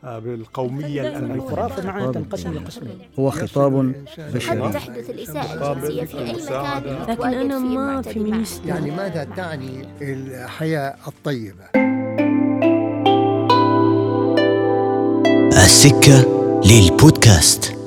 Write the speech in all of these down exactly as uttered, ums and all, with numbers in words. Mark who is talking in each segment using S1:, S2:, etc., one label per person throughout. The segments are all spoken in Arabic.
S1: بالقومية الأمريكية.
S2: الخرافة معها تنقسم لقسمين.
S3: هو خطاب بشري.
S4: قد تحدث الإساءة الجنسية في أي مكان،
S5: لكن أنا ما فيمينيست.
S6: يعني ماذا تعني الحياة الطيبة؟
S7: السكة للبودكاست.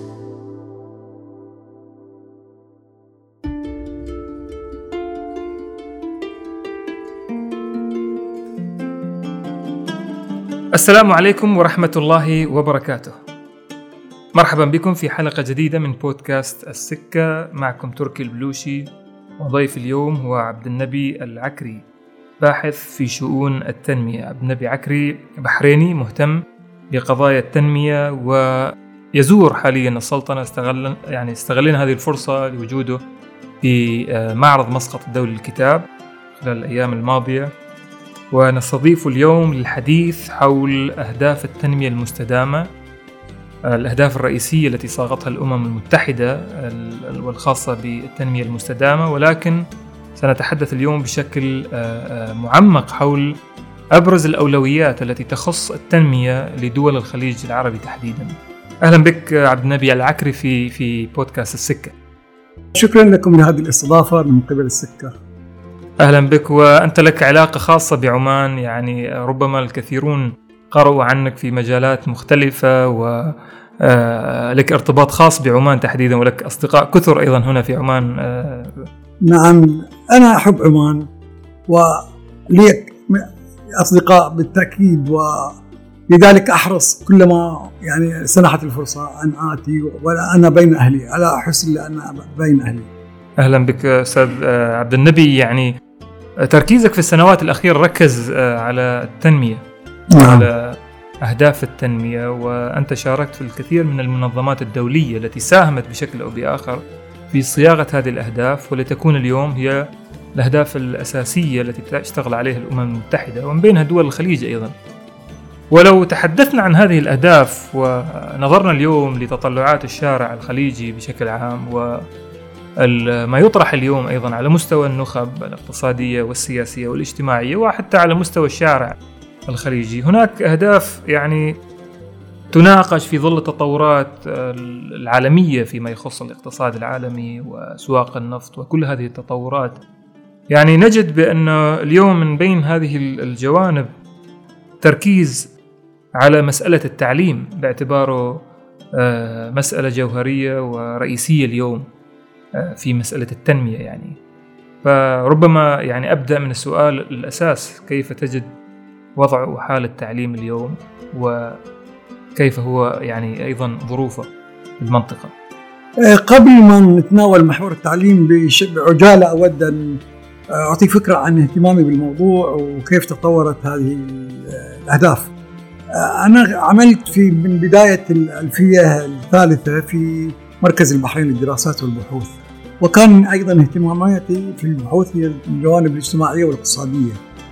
S8: السلام عليكم ورحمة الله وبركاته. مرحبا بكم في حلقة جديدة من بودكاست السكة. معكم تركي البلوشي، وضيف اليوم هو عبد النبي العكري، باحث في شؤون التنمية. عبد النبي عكري بحريني مهتم بقضايا التنمية، ويزور حاليا السلطنة. استغل يعني استغلنا هذه الفرصة لوجوده في معرض مسقط الدولي للكتاب خلال الأيام الماضية، ونستضيف اليوم للحديث حول أهداف التنمية المستدامة، الأهداف الرئيسية التي صاغتها الأمم المتحدة والخاصة بالتنمية المستدامة، ولكن سنتحدث اليوم بشكل معمق حول أبرز الأولويات التي تخص التنمية لدول الخليج العربي تحديدا. أهلا بك عبد النبي العكري في في بودكاست السكة.
S1: شكرا لكم لهذه الاستضافة من قبل السكة.
S8: أهلا بك. وأنت لك علاقة خاصة بعمان، يعني ربما الكثيرون قرأوا عنك في مجالات مختلفة، ولك ارتباط خاص بعمان تحديدا، ولك أصدقاء كثر أيضا هنا في عمان.
S1: نعم، أنا أحب عمان ولي أصدقاء بالتأكيد، ولذلك أحرص كلما يعني سنحت الفرصة أن آتي، وأنا بين أهلي، ألا أحس إلا أنا بين أهلي.
S8: أهلا بك أستاذ عبد النبي. يعني تركيزك في السنوات الأخيرة ركز على التنمية، نعم. على أهداف التنمية، وأنت شاركت في الكثير من المنظمات الدولية التي ساهمت بشكل أو بآخر في صياغة هذه الأهداف، ولتكون اليوم هي الأهداف الأساسية التي تشتغل عليها الأمم المتحدة، ومن بينها دول الخليج أيضا. ولو تحدثنا عن هذه الأهداف ونظرنا اليوم لتطلعات الشارع الخليجي بشكل عام، و ما يطرح اليوم أيضا على مستوى النخب الاقتصادية والسياسية والاجتماعية، وحتى على مستوى الشارع الخليجي، هناك أهداف يعني تناقش في ظل التطورات العالمية فيما يخص الاقتصاد العالمي وسواق النفط وكل هذه التطورات. يعني نجد بأن اليوم من بين هذه الجوانب تركيز على مسألة التعليم باعتباره مسألة جوهرية ورئيسية اليوم في مسألة التنمية. يعني فربما يعني أبدأ من السؤال الأساس: كيف تجد وضع وحال التعليم اليوم، وكيف هو يعني أيضا ظروفه في المنطقة؟
S1: قبل ما نتناول محور التعليم بعجالة، أود أن أعطي فكرة عن اهتمامي بالموضوع وكيف تطورت هذه الأهداف. أنا عملت في من بداية الألفية الثالثة في مركز البحرين للدراسات والبحوث، وكان أيضا اهتماماتي في البحوث هي الجوانب الاجتماعية والاقتصادية.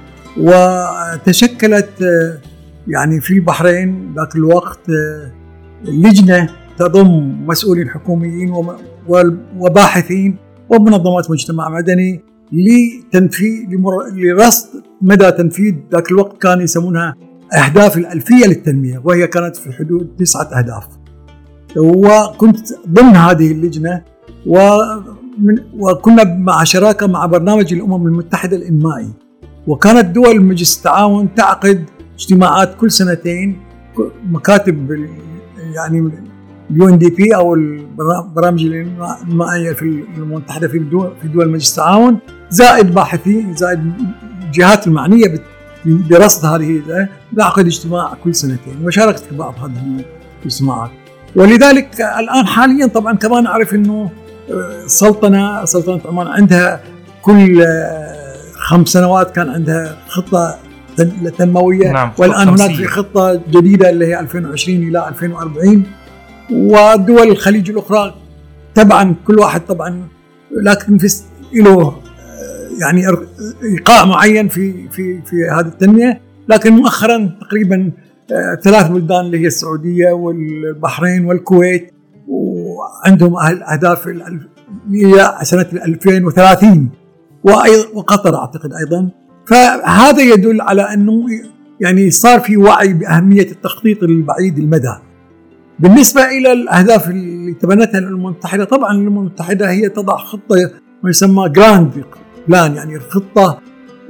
S1: وتشكلت يعني في البحرين ذاك الوقت لجنة تضم مسؤولين حكوميين وباحثين ومنظمات مجتمع مدني لتنفيذ لرصد مدى تنفيذ ذاك الوقت كانوا يسمونها أهداف الألفية للتنمية، وهي كانت في حدود تسعة أهداف. وكنت ضمن هذه اللجنة، ومن وكنا مع شراكة مع برنامج الأمم المتحدة الإنمائي، وكانت دول مجلس التعاون تعقد اجتماعات كل سنتين، مكاتب يعني اليو ان دي بي أو البرامج الإنمائية في المتحدة في دول في دول مجلس التعاون، زائد باحثين، زائد الجهات المعنية برصد هذه، تعقد اجتماع كل سنتين، وشاركت في بعض هذه الاجتماعات. ولذلك الآن حاليا طبعا كمان أعرف أنه سلطنة سلطنة عمان عندها كل خمس سنوات كان عندها خطة تنموية، نعم. والآن هناك في خطة جديدة اللي هي ألفين وعشرين إلى ألفين وأربعين، ودول الخليج الأخرى طبعا كل واحد طبعا لكن في له يعني إيقاع معين في في في هذه التنمية. لكن مؤخرا تقريبا ثلاث بلدان اللي هي السعودية والبحرين والكويت، وعندهم أهداف هي سنة ألفين وثلاثين، وقطر أعتقد أيضا. فهذا يدل على أنه يعني صار في وعي بأهمية التخطيط البعيد المدى. بالنسبة إلى الأهداف اللي تبنتها الأمم المتحدة، طبعا الأمم المتحدة هي تضع خطة ما يسمى جراند بلان، يعني خطة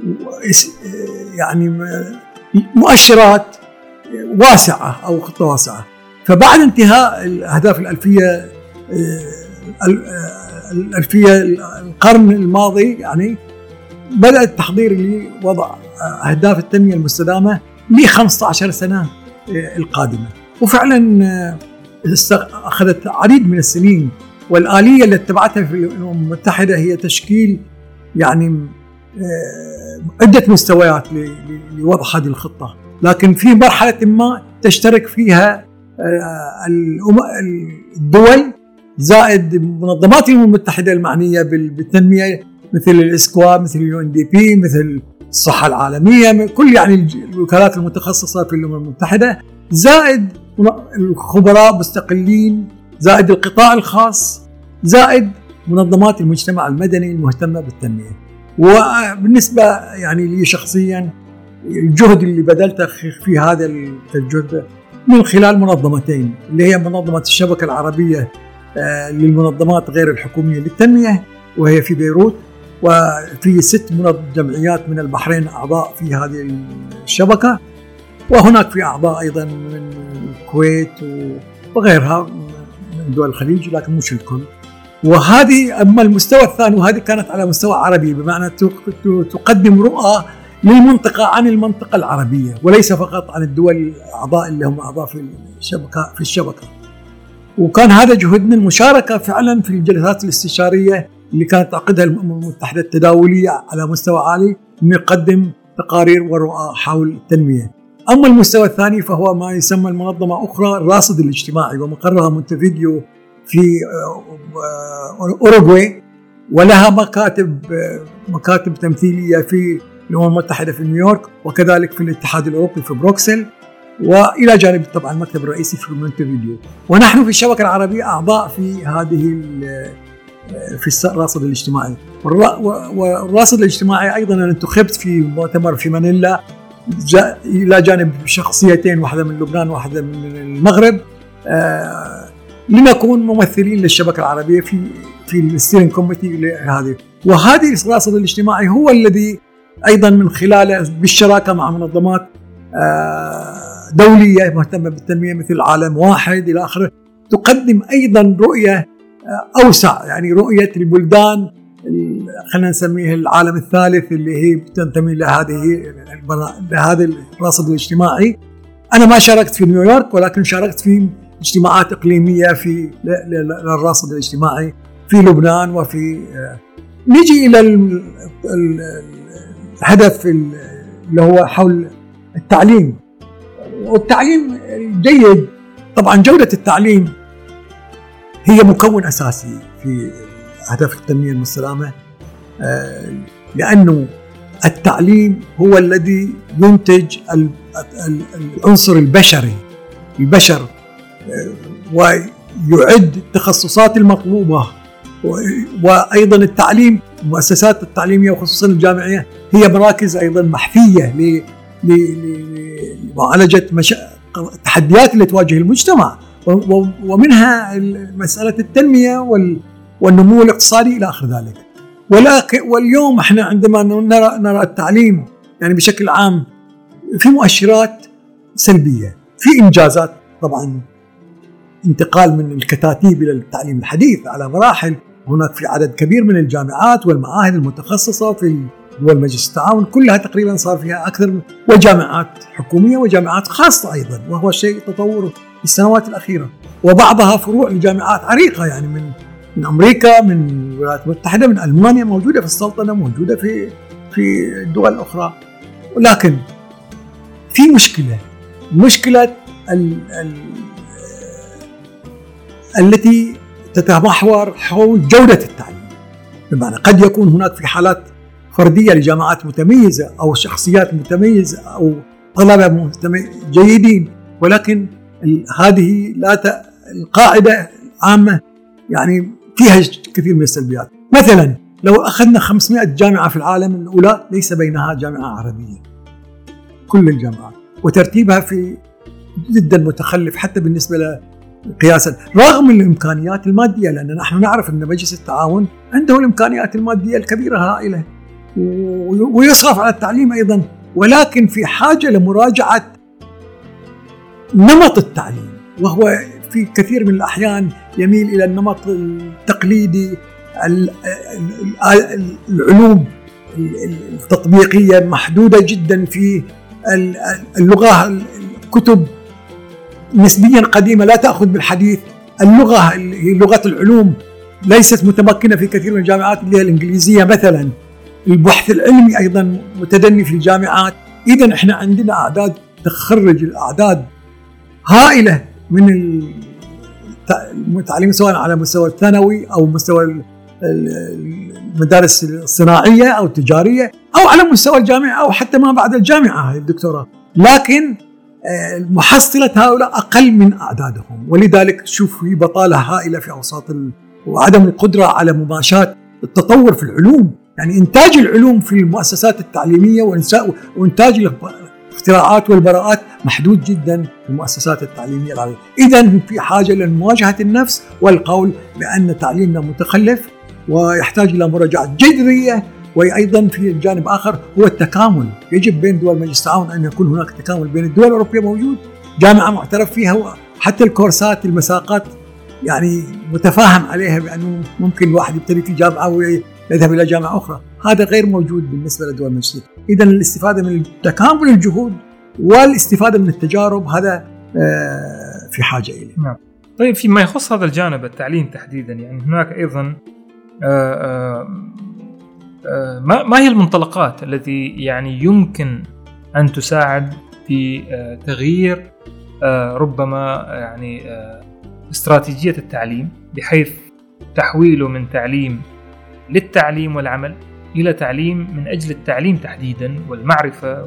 S1: يعني مؤشرات واسعة أو خطة واسعة. فبعد انتهاء الأهداف الألفية الألفية القرن الماضي يعني بدأ التحضير لوضع أهداف التنمية المستدامة لخمسة عشر سنة القادمة، وفعلا أخذت عديد من السنين. والآلية اللي اتبعتها في الأمم المتحدة هي تشكيل يعني عدة مستويات لوضع هذه الخطة، لكن في مرحلة ما تشترك فيها الدول زائد منظمات الأمم المتحدة المعنية بالتنمية مثل الإسكوا، مثل اليو إن دي بي، مثل الصحة العالمية، كل يعني الوكالات المتخصصة في الأمم المتحدة، زائد الخبراء مستقلين، زائد القطاع الخاص، زائد منظمات المجتمع المدني المهتمة بالتنمية. وبالنسبة يعني لي شخصيا الجهد اللي بذلته في هذا الجهد من خلال منظمتين، اللي هي منظمة الشبكة العربية للمنظمات غير الحكومية للتنمية وهي في بيروت، وفي ست جمعيات من البحرين أعضاء في هذه الشبكة، وهناك في أعضاء أيضا من الكويت وغيرها من دول الخليج لكن مش الكل. وهذه أما المستوى الثاني، وهذه كانت على مستوى عربي، بمعنى تقدم رؤى للمنطقة عن المنطقة العربية وليس فقط عن الدول الأعضاء اللي هم أعضاء في الشبكة في الشبكة. وكان هذا جهدنا المشاركة فعلا في الجلسات الاستشارية اللي كانت تعقدها الأمم المتحدة التداولية على مستوى عالي، إنه يقدم تقارير ورؤى حول التنمية. أما المستوى الثاني فهو ما يسمى المنظمة أخرى الراصد الاجتماعي، ومقرها مونتفيديو في أوروغواي، ولها مكاتب مكاتب تمثيلية في الأمم المتحدة في نيويورك، وكذلك في الاتحاد الأوروبي في بروكسل، وإلى جانب طبعا المكتب الرئيسي في مونتفيديو. ونحن في الشبكة العربية أعضاء في هذه في الراصد الاجتماعي. والراصد الاجتماعي أيضا أنا انتخبت في مؤتمر في مانيلا إلى جانب شخصيتين، واحدة من لبنان واحدة من المغرب، آه لنكون ممثلين للشبكة العربية في في الستيرنج كوميتي لهذه. وهذه الراصد الاجتماعي هو الذي أيضا من خلاله بالشراكة مع منظمات آه دولية مهتمة بالتنمية مثل عالم واحد إلى آخره، تقدم أيضا رؤية آه أوسع، يعني رؤية البلدان خلينا نسميه العالم الثالث اللي هي تنتمي لهذه لهذا الراصد الاجتماعي. أنا ما شاركت في نيويورك، ولكن شاركت في اجتماعات إقليمية في للراصد الاجتماعي في لبنان. وفي نيجي إلى الهدف اللي هو حول التعليم. والتعليم جيد طبعا، جودة التعليم هي مكون أساسي في أهداف التنمية المستدامة، لأنه التعليم هو الذي ينتج العنصر البشري البشر ويعد التخصصات المطلوبة. وأيضا التعليم، المؤسسات التعليمية وخصوصا الجامعية هي مراكز أيضا محفية لمعالجة التحديات اللي تواجه المجتمع، ومنها مسألة التنمية والنمو الاقتصادي إلى آخر ذلك. ولكن واليوم احنا عندما نرى نرى التعليم يعني بشكل عام في مؤشرات سلبية، في إنجازات طبعا، انتقال من الكتاتيب إلى التعليم الحديث على مراحل. هناك في عدد كبير من الجامعات والمعاهد المتخصصة في دول مجلس التعاون، كلها تقريبا صار فيها أكثر، وجامعات حكومية وجامعات خاصة أيضا، وهو شيء تطور في السنوات الأخيرة. وبعضها فروع لجامعات عريقة يعني من من أمريكا، من الولايات المتحدة، من ألمانيا، موجودة في السلطنة، موجودة في في الدول الأخرى. ولكن في مشكلة مشكلة ال ال التي تتمحور حول جودة التعليم. بمعنى قد يكون هناك في حالات فردية لجامعات متميزة أو شخصيات متميزة أو طلبة جيدين، ولكن هذه لا ت... القاعدة عامة يعني فيها كثير من السلبيات. مثلا لو أخذنا خمسمائة جامعة في العالم الأولى ليس بينها جامعة عربية، كل الجامعات وترتيبها في جدا متخلف حتى بالنسبة لقياسا رغم الإمكانيات المادية، لأن نحن نعرف أن مجلس التعاون عنده الإمكانيات المادية الكبيرة هائلة ويصرف على التعليم أيضا، ولكن في حاجة لمراجعة نمط التعليم، وهو في كثير من الأحيان يميل إلى النمط التقليدي. العلوم التطبيقية محدودة جدا في اللغة، الكتب نسبيا قديمة لا تأخذ بالحديث. اللغة هي لغة العلوم ليست متمكنة في كثير من الجامعات اللي هي الإنجليزية مثلا. البحث العلمي أيضا متدني في الجامعات. إذن إحنا عندنا أعداد تخرج الأعداد هائلة من التعليم سواء على مستوى الثانوي أو مستوى المدارس الصناعية أو التجارية أو على مستوى الجامعة أو حتى ما بعد الجامعة الدكتوراه، لكن محصلة هؤلاء أقل من أعدادهم، ولذلك شوف في بطالة هائلة في أوساط ال... وعدم القدرة على مماشاة التطور في العلوم. يعني إنتاج العلوم في المؤسسات التعليمية وإنتاج الاختراعات والبراءات محدود جدا في المؤسسات التعليمية العالمية. إذن في حاجة لمواجهة النفس والقول بأن تعليمنا متخلف ويحتاج إلى مراجعة جذرية. وأيضا في الجانب آخر هو التكامل، يجب بين دول مجلس التعاون أن يكون هناك تكامل بين الدول الأوروبية موجود، جامعة معترف فيها، حتى الكورسات المساقات يعني متفاهم عليها بأنه ممكن الواحد يبتدي في جامعة ويذهب إلى جامعة أخرى، هذا غير موجود بالنسبة لدول مجلس. إذا الاستفادة من تكامل الجهود والاستفادة من التجارب هذا في حاجة إليه.
S8: نعم. طيب فيما يخص هذا الجانب التعليم تحديدا، يعني هناك أيضا آآ آآ ما ما هي المنطلقات التي يعني يمكن أن تساعد في تغيير ربما يعني استراتيجية التعليم بحيث تحويله من تعليم للتعليم والعمل إلى تعليم من أجل التعليم تحديدا والمعرفة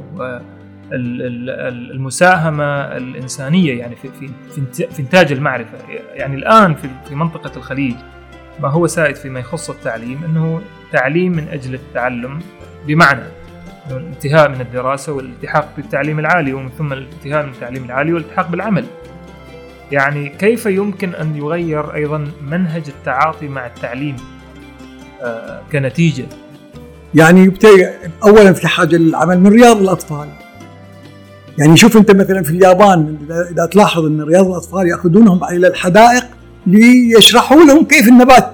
S8: والمساهمة الإنسانية يعني في في في إنتاج المعرفة. يعني الآن في في منطقة الخليج ما هو سائد فيما يخص التعليم أنه تعليم من أجل التعلم، بمعنى الانتهاء من الدراسة والالتحاق بالتعليم العالي، ومن ثم الانتهاء من التعليم العالي والالتحاق بالعمل. يعني كيف يمكن أن يغير أيضا منهج التعاطي مع التعليم آه كنتيجة؟
S1: يعني يبتدي أولا في حاجة للعمل من رياض الأطفال. يعني شوف أنت مثلا في اليابان إذا تلاحظ أن رياض الأطفال يأخذونهم إلى الحدائق ليشرحوا لهم كيف النبات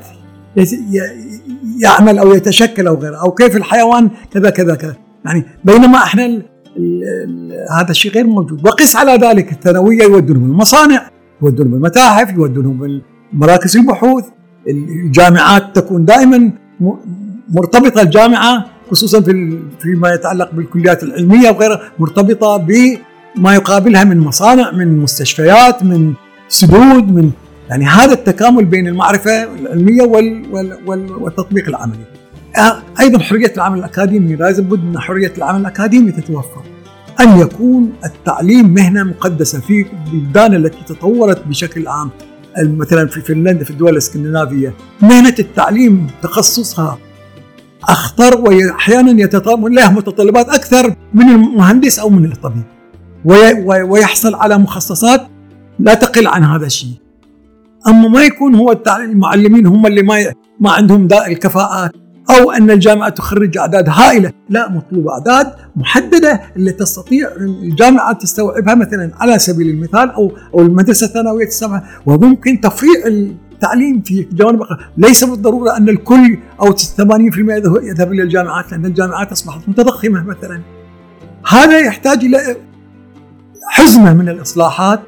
S1: يعمل أو يتشكل أو غيره، أو كيف الحيوان كذا كذا كذا. يعني بينما إحنا ال ال ال هذا الشيء غير موجود. وقس على ذلك الثانوية يودونهم المصانع، يودونهم المتاحف، يودونهم مراكز البحوث. الجامعات تكون دائما مرتبطة، الجامعة خصوصا في فيما يتعلق بالكليات العلمية وغيرها مرتبطة بما يقابلها من مصانع، من مستشفيات، من سدود، من يعني هذا التكامل بين المعرفة العلمية وال وال وال والتطبيق العملي. أيضا حرية العمل الأكاديمي، لازم بد من حرية العمل الأكاديمي تتوفر، أن يكون التعليم مهنة مقدسة. في البلدان التي تطورت بشكل عام مثلا في فنلندا في الدول الاسكندنافية مهنة التعليم تخصصها أخطر، وأحيانا يتطلب له متطلبات أكثر من المهندس أو من الطبيب، ويحصل على مخصصات لا تقل عن هذا الشيء. أما ما يكون هو التعليم المعلمين هم اللي ما ما عندهم داء الكفاءات، أو أن الجامعة تخرج أعداد هائلة، لا، مطلوب أعداد محددة اللي تستطيع الجامعة تستوعبها. مثلا على سبيل المثال أو أو المدرسة الثانوية تستوعبها، وممكن تفريع التعليم في جوانب أخرى. ليس بالضرورة أن الكل أو ثمانين بالمئة يذهب إلى الجامعات، لأن الجامعات أصبحت متضخمة مثلا. هذا يحتاج إلى حزمة من الإصلاحات،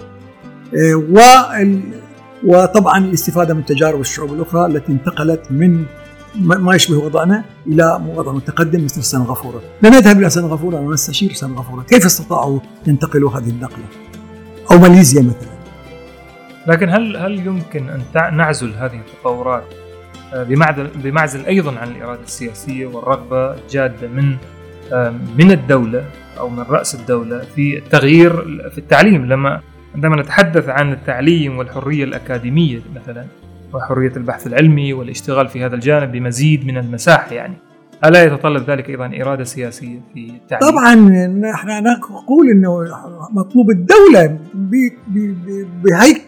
S1: وال وطبعا الاستفادة من تجارب الشعوب الأخرى التي انتقلت من ما يشبه وضعنا إلى وضع متقدم مثل سنغافورة. لنذهب إلى سنغافورة ونستشير سنغافورة كيف استطاعوا ينتقلوا هذه النقلة، أو ماليزيا مثلا.
S8: لكن هل هل يمكن أن نعزل هذه التطورات بمعزل بمعزل أيضا عن الإرادة السياسية والرغبة الجادة من من الدولة أو من رأس الدولة في التغيير في التعليم؟ لما عندما نتحدث عن التعليم والحرية الأكاديمية مثلا وحرية البحث العلمي والاشتغال في هذا الجانب بمزيد من المساحة، يعني ألا يتطلب ذلك أيضا إرادة سياسية في التعليم؟
S1: طبعا نحن نقول أنه مطلوب الدولة بهيك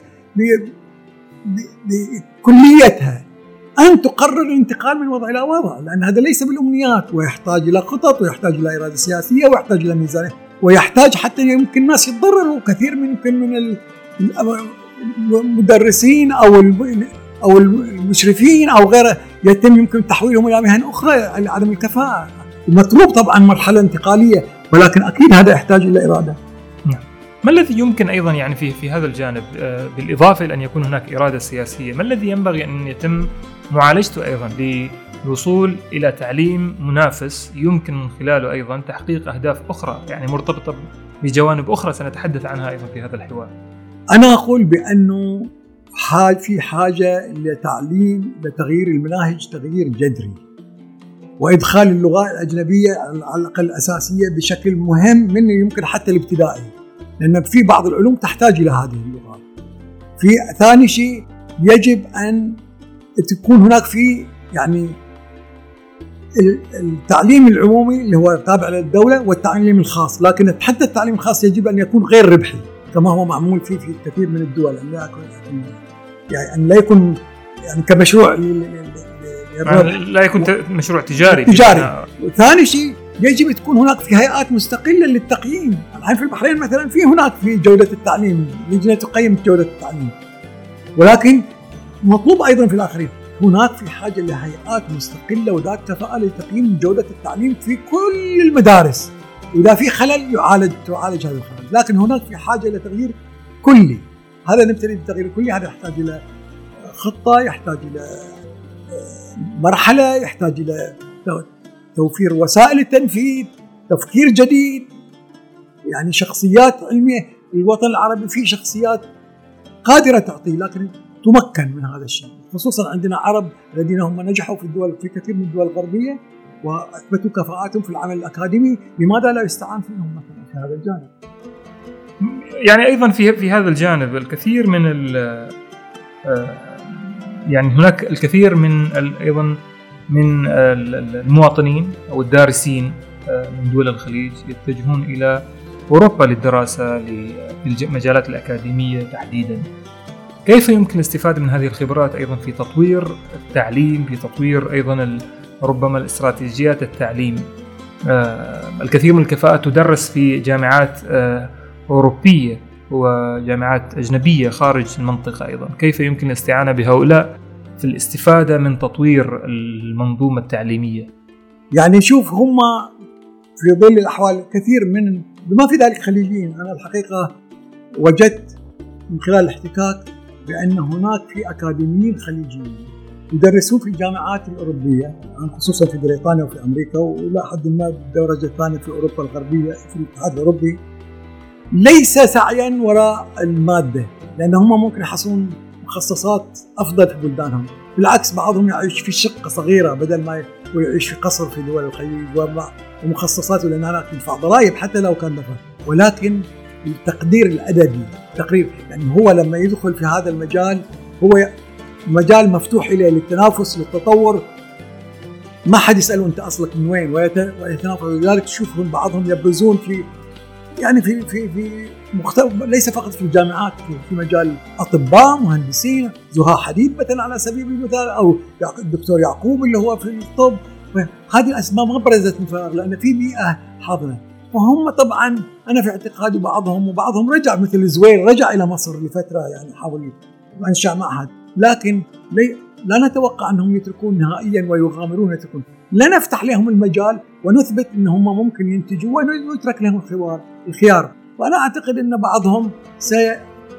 S1: بكليتها أن تقرر الانتقال من وضع إلى وضع، لأن هذا ليس بالأمنيات، ويحتاج إلى خطط، ويحتاج إلى إرادة سياسية، ويحتاج إلى ميزانية، ويحتاج حتى يمكن الناس يتضرروا كثير من من المدرسين أو أو المشرفين أو غيره يتم يمكن تحويلهم إلى مهن أخرى لعدم الكفاءة. المطلوب طبعا مرحلة انتقالية، ولكن أكيد هذا يحتاج إلى إرادة.
S8: نعم. ما الذي يمكن أيضا يعني في في هذا الجانب بالإضافة إلى أن يكون هناك إرادة سياسية، ما الذي ينبغي أن يتم معالجته أيضا للوصول إلى تعليم منافس يمكن من خلاله أيضا تحقيق أهداف أخرى يعني مرتبطة بجوانب أخرى سنتحدث عنها أيضا في هذا الحوار؟
S1: أنا أقول بأنه حاج في حاجة لتعليم لتغيير المناهج تغيير جذري، وإدخال اللغات الأجنبية على الأقل الأساسية بشكل مهم من يمكن حتى الابتدائي، لأن في بعض العلوم تحتاج إلى هذه اللغات. في ثاني شيء يجب أن تكون هناك في يعني التعليم العمومي اللي هو تابع للدولة والتعليم الخاص، لكن حتى التعليم الخاص يجب أن يكون غير ربحي كما هو معمول فيه في كثير من الدول، أن لا يكون يعني أن لا يكون يعني كمشروع
S8: يعني لا يكون مشروع تجاري
S1: تجاري. وثاني شيء يجب تكون هناك في هيئات مستقلة للتقييم. الحين في البحرين مثلا في هناك في جودة التعليم لجنة تقيم جودة التعليم، ولكن مطلوب أيضا في الآخرين هناك في حاجة لهيئات مستقلة وذات كفاءة لتقييم جودة التعليم في كل المدارس، وإذا في خلل يعالج تعالج هذا الخلل. لكن هناك في حاجة إلى تغيير كلي، هذا نبتدي بالتغيير الكلي، هذا يحتاج إلى خطة، يحتاج إلى مرحلة، يحتاج إلى توفير وسائل التنفيذ، تفكير جديد، يعني شخصيات علمية. الوطن العربي فيه شخصيات قادرة تعطي لكن تمكن من هذا الشيء، خصوصا عندنا عرب الذين هم نجحوا في الدول في كثير من الدول الغربية وأثبتوا كفاءاتهم في العمل الأكاديمي، لماذا لا يستعان فيهم مثلا في هذا الجانب؟
S8: يعني أيضا في في هذا الجانب الكثير من يعني هناك الكثير من أيضا من المواطنين أو الدارسين من دول الخليج يتجهون إلى أوروبا للدراسة في المجالات الأكاديمية تحديدا. كيف يمكن الاستفادة من هذه الخبرات أيضا في تطوير التعليم، في تطوير أيضا ربما الاستراتيجيات التعليم؟ الكثير من الكفاءات تدرس في جامعات أوروبية وجامعات أجنبية خارج المنطقة أيضا. كيف يمكن الاستعانة بهؤلاء في الاستفادة من تطوير المنظومة التعليمية؟
S1: يعني شوف هم في ظل الأحوال كثير من بما في ذلك خليجيين، أنا الحقيقة وجدت من خلال الاحتكاك بأن هناك في أكاديميين خليجيين يدرسون في الجامعات الأوروبية خصوصا في بريطانيا وفي أمريكا وإلى حد ما بالدرجة الثانية في أوروبا الغربية في الاتحاد الأوروبي، ليس سعيا وراء المادة، لأن هم ممكن يحصلون مخصصات أفضل في بلدانهم. بالعكس بعضهم يعيش في شقة صغيرة بدل ما يعيش في قصر في دول الخليج ومخصصاته، لأن هناك يدفع ضرائب حتى لو كان دفع. ولكن التقدير الأدبي تقرير، يعني هو لما يدخل في هذا المجال هو مجال مفتوح إليه للتنافس للتطور، ما حد يسأله أنت أصلك من وين ويتنافس. لذلك تشوفهم بعضهم يبرزون في يعني في في في مختلف، ليس فقط في الجامعات، في, في مجال أطباء، مهندسين، زهاء حديد مثلا على سبيل المثال، أو الدكتور يعقوب اللي هو في الطب. هذه الأسماء ما برزت من فراغ لأن في بيئة حاضنة. وهم طبعا أنا في اعتقادي بعضهم وبعضهم رجع مثل زويل رجع إلى مصر لفترة، يعني حاول أنشأ معهد، لكن لا نتوقع أنهم يتركون نهائيا ويغامرون يتركون. لا نفتح لهم المجال ونثبت أنهم ممكن ينتجوا ويترك لهم الخيار الخيار وأنا أعتقد أن بعضهم سي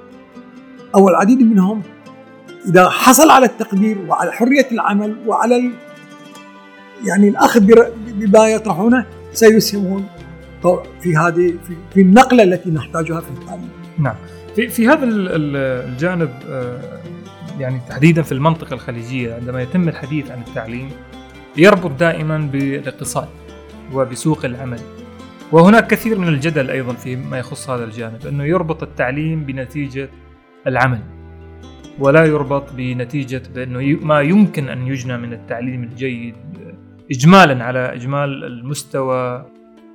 S1: أو العديد منهم إذا حصل على التقدير وعلى حرية العمل وعلى ال... يعني الأخذ بما يطرحونه سيسهمون في هذه في, في النقلة التي نحتاجها في التعليم.
S8: نعم. في في هذا الجانب يعني تحديدا في المنطقة الخليجية عندما يتم الحديث عن التعليم يربط دائما بالاقتصاد وبسوق العمل، وهناك كثير من الجدل أيضا فيما يخص هذا الجانب، أنه يربط التعليم بنتيجة العمل ولا يربط بنتيجة بأنه ما يمكن أن يجنى من التعليم الجيد إجمالا على إجمال المستوى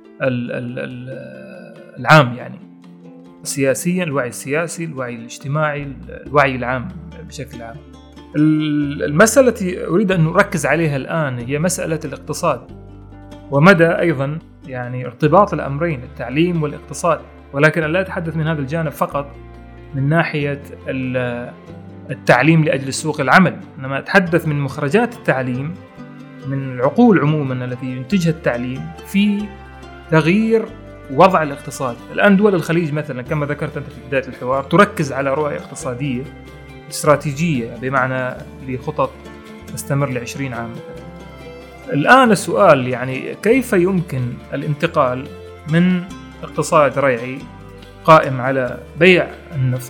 S8: العام، يعني سياسيا الوعي السياسي، الوعي الاجتماعي، الوعي العام بشكل عام. المسألة التي أريد أن نركز عليها الآن هي مسألة الاقتصاد، ومدى أيضا يعني ارتباط الأمرين التعليم والاقتصاد، ولكن لا أتحدث من هذا الجانب فقط من ناحية التعليم لأجل سوق العمل، إنما أتحدث من مخرجات التعليم، من العقول عموما التي ينتجها التعليم في تغيير وضع الاقتصاد. الآن دول الخليج مثلا كما ذكرت أنت في بداية الحوار تركز على رؤية اقتصادية استراتيجية، بمعنى لخطط تستمر لعشرين عام مثلا. الآن السؤال يعني كيف يمكن الانتقال من اقتصاد ريعي قائم على بيع النفط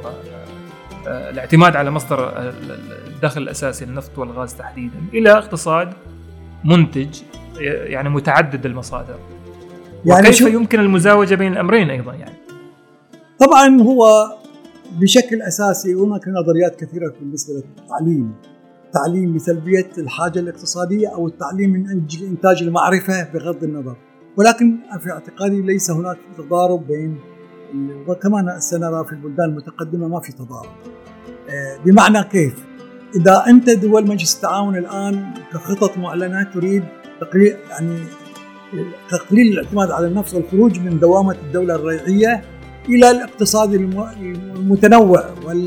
S8: والاعتماد على مصدر الدخل الأساسي النفط والغاز تحديدا إلى اقتصاد منتج يعني متعدد المصادر، يعني وكيف يمكن المزاوجة بين الأمرين أيضا؟ يعني
S1: طبعا هو بشكل أساسي هناك نظريات كثيرة بالنسبة للتعليم، تعليم لتلبية الحاجة الاقتصادية أو التعليم من أجل إنتاج المعرفة بغض النظر، ولكن في اعتقادي ليس هناك تضارب بين، وكمان سنرى في البلدان المتقدمة ما في تضارب. بمعنى كيف؟ إذا أنت دول مجلس التعاون الآن كخطط معلنة تريد تقليل يعني تقليل الاعتماد على النفط والخروج من دوامة الدولة الريعية إلى الاقتصاد المتنوع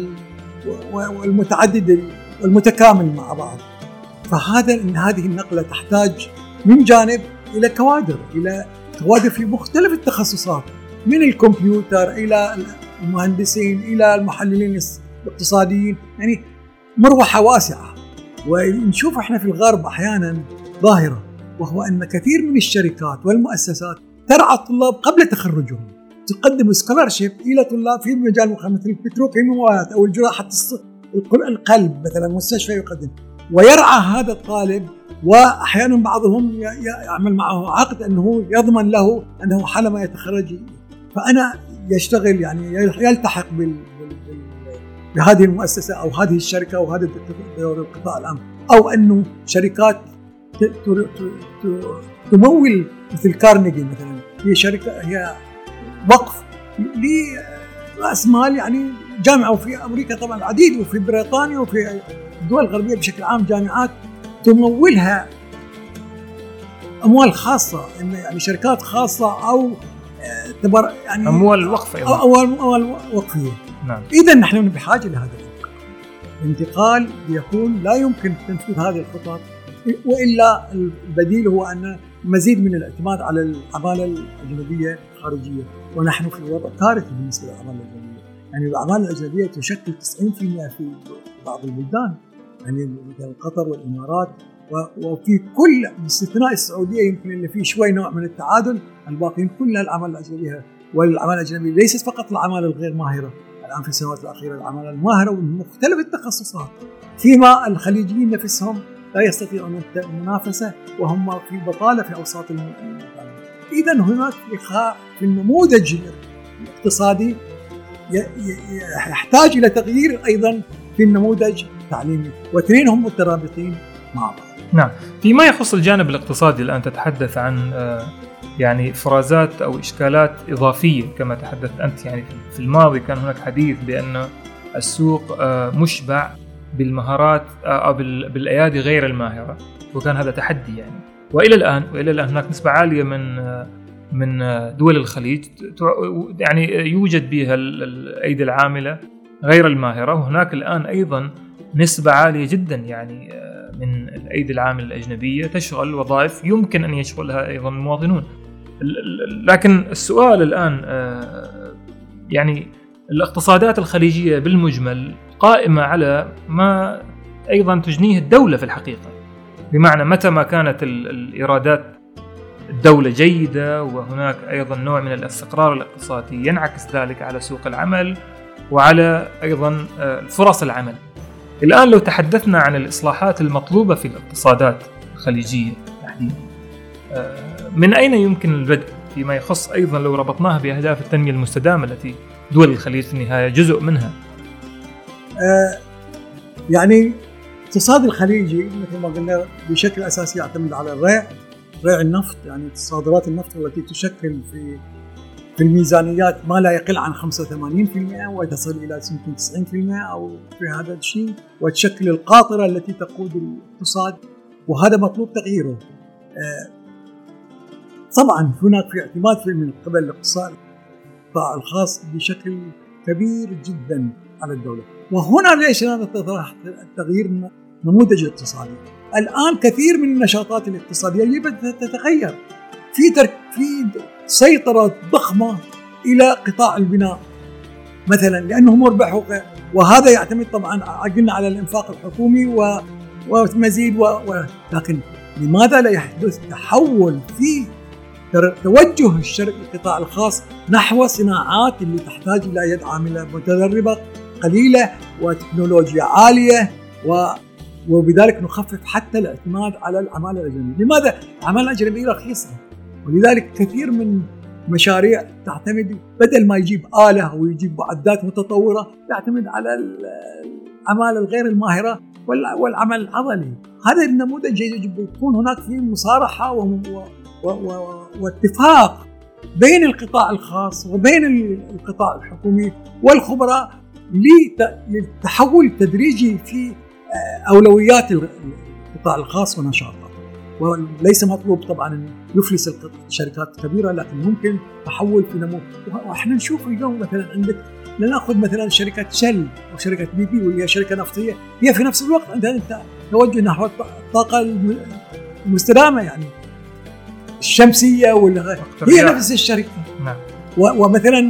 S1: والمتعدد والمتكامل مع بعض، فهذا إن هذه النقلة تحتاج من جانب إلى كوادر، إلى كوادر في مختلف التخصصات، من الكمبيوتر إلى المهندسين إلى المحللين الاقتصاديين، يعني مروحة واسعة. ونشوف إحنا في الغرب أحيانا ظاهرة، وهو أن كثير من الشركات والمؤسسات ترعى الطلاب قبل تخرجهم، تقدم سكولارشيب إلى طلاب في مجال مثل البتروكيماويات أو الجراحة القلب مثلا، مستشفى يقدم، ويرعى هذا الطالب، وأحيانا بعضهم يعمل معه عقد أنه يضمن له أنه حالما يتخرج فأنا يشتغل يعني يلتحق بال بهذه المؤسسة أو هذه الشركة أو هذا القطاع العام، أو أنه شركات تمول مثل كارنيجي مثلا، هي شركة هي وقف لرأس مال يعني جامعة، وفي أمريكا طبعا العديد، وفي بريطانيا وفي الدول الغربية بشكل عام جامعات تمولها أموال خاصة، يعني شركات خاصة أو تبر يعني
S8: أموال وقف أيضا،
S1: أو أموال وقفية.
S8: نعم.
S1: إذا نحن بحاجة لهذا الانتقال، يكون لا يمكن تنفيذ هذه الخطط، وإلا البديل هو أن مزيد من الاعتماد على العمالة الأجنبية الخارجية، ونحن في وضع كارثي بالنسبة للعمالة الأجنبية. يعني العمالة الأجنبية تشكل تسعين بالمئة في بعض البلدان، يعني مثل قطر والإمارات، وفي كل باستثناء السعودية يمكن اللي فيه شوي نوع من التعادل، الباقيين كلها العمالة الأجنبية. والعمالة الأجنبية ليست فقط العمالة الغير ماهرة، الآن في السنوات الأخيرة العمالة الماهرة ومختلف التخصصات، فيما الخليجيين نفسهم لا يستطيعون المنافسة وهم في بطالة في أوساط المجتمع. إذن هناك إخاء في النموذج الاقتصادي يحتاج إلى تغيير أيضا في النموذج التعليمي، واثنين هم مترابطين مع بعض.
S8: نعم. فيما يخص الجانب الاقتصادي الآن تتحدث عن يعني فرازات أو إشكالات إضافية كما تحدثت أنت. يعني في الماضي كان هناك حديث بأن السوق مشبع بالمهارات أو بالأيادي غير الماهرة، وكان هذا تحدي يعني. وإلى الآن وإلى الآن هناك نسبة عالية من من دول الخليج يعني يوجد بها الأيدي العاملة غير الماهرة، وهناك الآن أيضا نسبة عالية جدا يعني من الأيدي العاملة الأجنبية تشغل وظائف يمكن أن يشغلها أيضا المواطنون. لكن السؤال الآن يعني الإقتصادات الخليجية بالمجمل قائمة على ما أيضا تجنيه الدولة في الحقيقة، بمعنى متى ما كانت الإيرادات الدولة جيدة وهناك أيضا نوع من الاستقرار الاقتصادي ينعكس ذلك على سوق العمل وعلى أيضا فرص العمل. الآن لو تحدثنا عن الإصلاحات المطلوبة في الاقتصادات الخليجية تحديدا، من أين يمكن البدء فيما يخص أيضا لو ربطناها بأهداف التنمية المستدامة التي دول الخليج في النهاية جزء منها؟
S1: آه يعني الاقتصاد الخليجي مثل ما قلنا بشكل أساسي يعتمد على الريع، ريع النفط، يعني صادرات النفط التي تشكل في في الميزانيات ما لا يقل عن خمسة وثمانين بالمئة وتصل إلى يمكن تسعين بالمئة أو في هذا الشيء، وتشكل القاطرة التي تقود الاقتصاد، وهذا مطلوب تغييره. طبعا هناك في اعتماد في من قبل الاقتصاد القطاع الخاص بشكل كبير جدا على الدولة، وهنا ليش نطرح التغيير نموذج اقتصادي. الآن كثير من النشاطات الاقتصادية يجب أن تتغير في ترك في سيطرة ضخمة إلى قطاع البناء مثلا لأنه مربح، وهذا يعتمد طبعا قلنا على الإنفاق الحكومي و ومزيد و... و... لكن لماذا لا يحدث تحول في توجه الشرق القطاع الخاص نحو صناعات اللي تحتاج إلى يد عاملة متدربة قليلة وتكنولوجيا عالية، و... وبذلك نخفف حتى الاعتماد على العمالة الأجنبية. لماذا؟ العمالة الأجنبية رخيصة، ولذلك كثير من مشاريع تعتمد بدل ما يجيب آلة أو يجيب معدات متطورة يعتمد على العمالة الغير الماهرة والعمل العضلي. هذا النموذج يجب يكون هناك فيه مصارحة و... و... و... و... واتفاق بين القطاع الخاص وبين القطاع الحكومي والخبراء للتحول التدريجي في أولويات القطاع الخاص ونشاطه. وليس مطلوب طبعا أن يفلس الشركات الكبيرة، لكن ممكن تحول في نمو. وإحنا نشوف اليوم مثلا عندك لنأخذ مثلا شركة شل أو شركة بي بي وهي شركة نفطية، هي في نفس الوقت عندها توجه نحو الطاقة المستدامة يعني الشمسية ولا هي نفس الشركة.
S8: نعم.
S1: ومثلا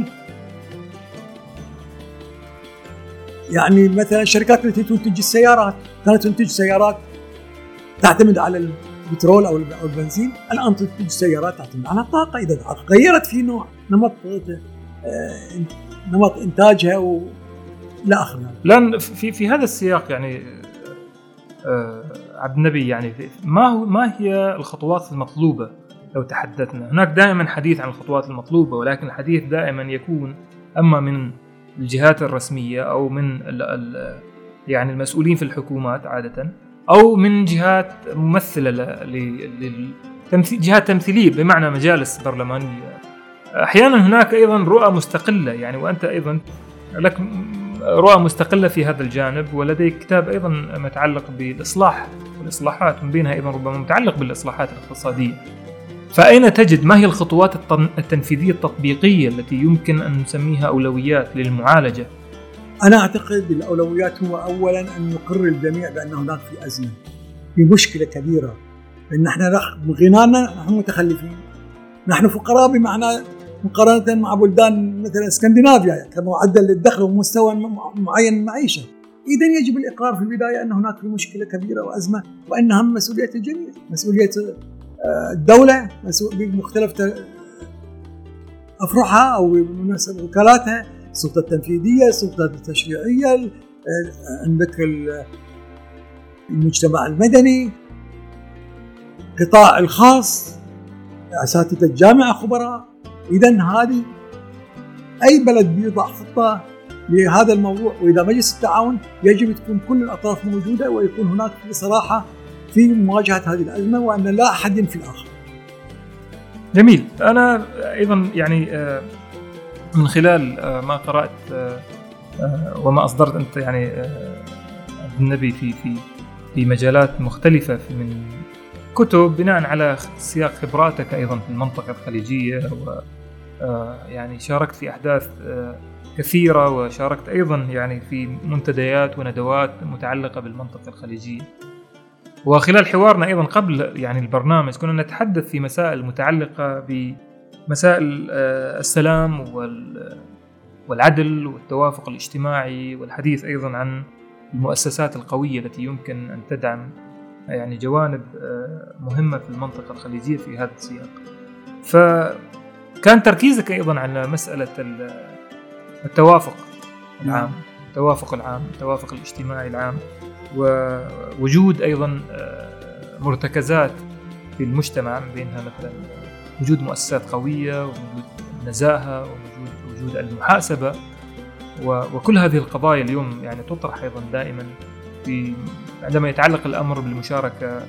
S1: يعني مثلا الشركات التي تنتج السيارات كانت تنتج سيارات تعتمد على البترول أو البنزين، الآن تنتج سيارات تعتمد على الطاقة. إذا غيرت في نوع نمط نمط إنتاجها ولا آخره.
S8: لأن في في هذا السياق يعني آه عبد النبي يعني ما هو ما هي الخطوات المطلوبة؟ لو تحدثنا هناك دائما حديث عن الخطوات المطلوبة، ولكن الحديث دائما يكون أما من الجهات الرسمية أو من ال ال يعني المسؤولين في الحكومات عادة، أو من جهات ممثلة لجهات تمثيلية بمعنى مجالس برلمانية. أحيانا هناك أيضا رؤى مستقلة يعني، وأنت أيضا لك رؤى مستقلة في هذا الجانب، ولديك كتاب أيضا متعلق بالإصلاح والإصلاحات، من بينها أيضا ربما متعلق بالإصلاحات الاقتصادية. فأين تجد ما هي الخطوات التنفيذية التطبيقية التي يمكن أن نسميها أولويات للمعالجة؟
S1: أنا أعتقد الأولويات هو أولا أن نقر الجميع بأن هناك في أزمة، في مشكلة كبيرة، لأن نحن غنانا نحن متخلفين، نحن فقراء بمعنى مقارنة مع بلدان مثل اسكندنافيا كمعدل للدخل ومستوى معين من المعيشة. إذن يجب الإقرار في البداية أن هناك في مشكلة كبيرة وأزمة، وأنها مسؤولية الجميع، مسؤولية الدولة بمختلف أفرعها أو بمناسبة وكالاتها، السلطة التنفيذية، السلطة التشريعية، عندك المجتمع المدني، القطاع الخاص، أساتذة الجامعة، خبراء. إذن هذه أي بلد بيضع خطة لهذا الموضوع، وإذا مجلس التعاون يجب تكون كل الأطراف موجودة ويكون هناك صراحة في مواجهة هذه الأزمة، وأن لا أحد ينفي الآخر.
S8: جميل. أنا أيضا يعني من خلال ما قرأت وما أصدرت أنت يعني عبد النبي في في في مجالات مختلفة من كتب بناء على سياق خبراتك أيضا في المنطقة الخليجية، و يعني شاركت في أحداث كثيرة، وشاركت أيضا يعني في منتديات وندوات متعلقة بالمنطقة الخليجية. وخلال حوارنا أيضا قبل يعني البرنامج كنا نتحدث في مسائل متعلقة بمسائل السلام والعدل والتوافق الاجتماعي، والحديث أيضا عن المؤسسات القوية التي يمكن أن تدعم يعني جوانب مهمة في المنطقة الخليجية في هذا السياق. فكان تركيزك أيضا على مسألة التوافق العام، التوافق العام، التوافق الاجتماعي العام، ووجود أيضا مرتكزات في المجتمع، من بينها مثلا وجود مؤسسات قوية، ووجود النزاهة، ووجود وجود المحاسبة، وكل هذه القضايا اليوم يعني تطرح أيضا دائما في عندما يتعلق الأمر بالمشاركة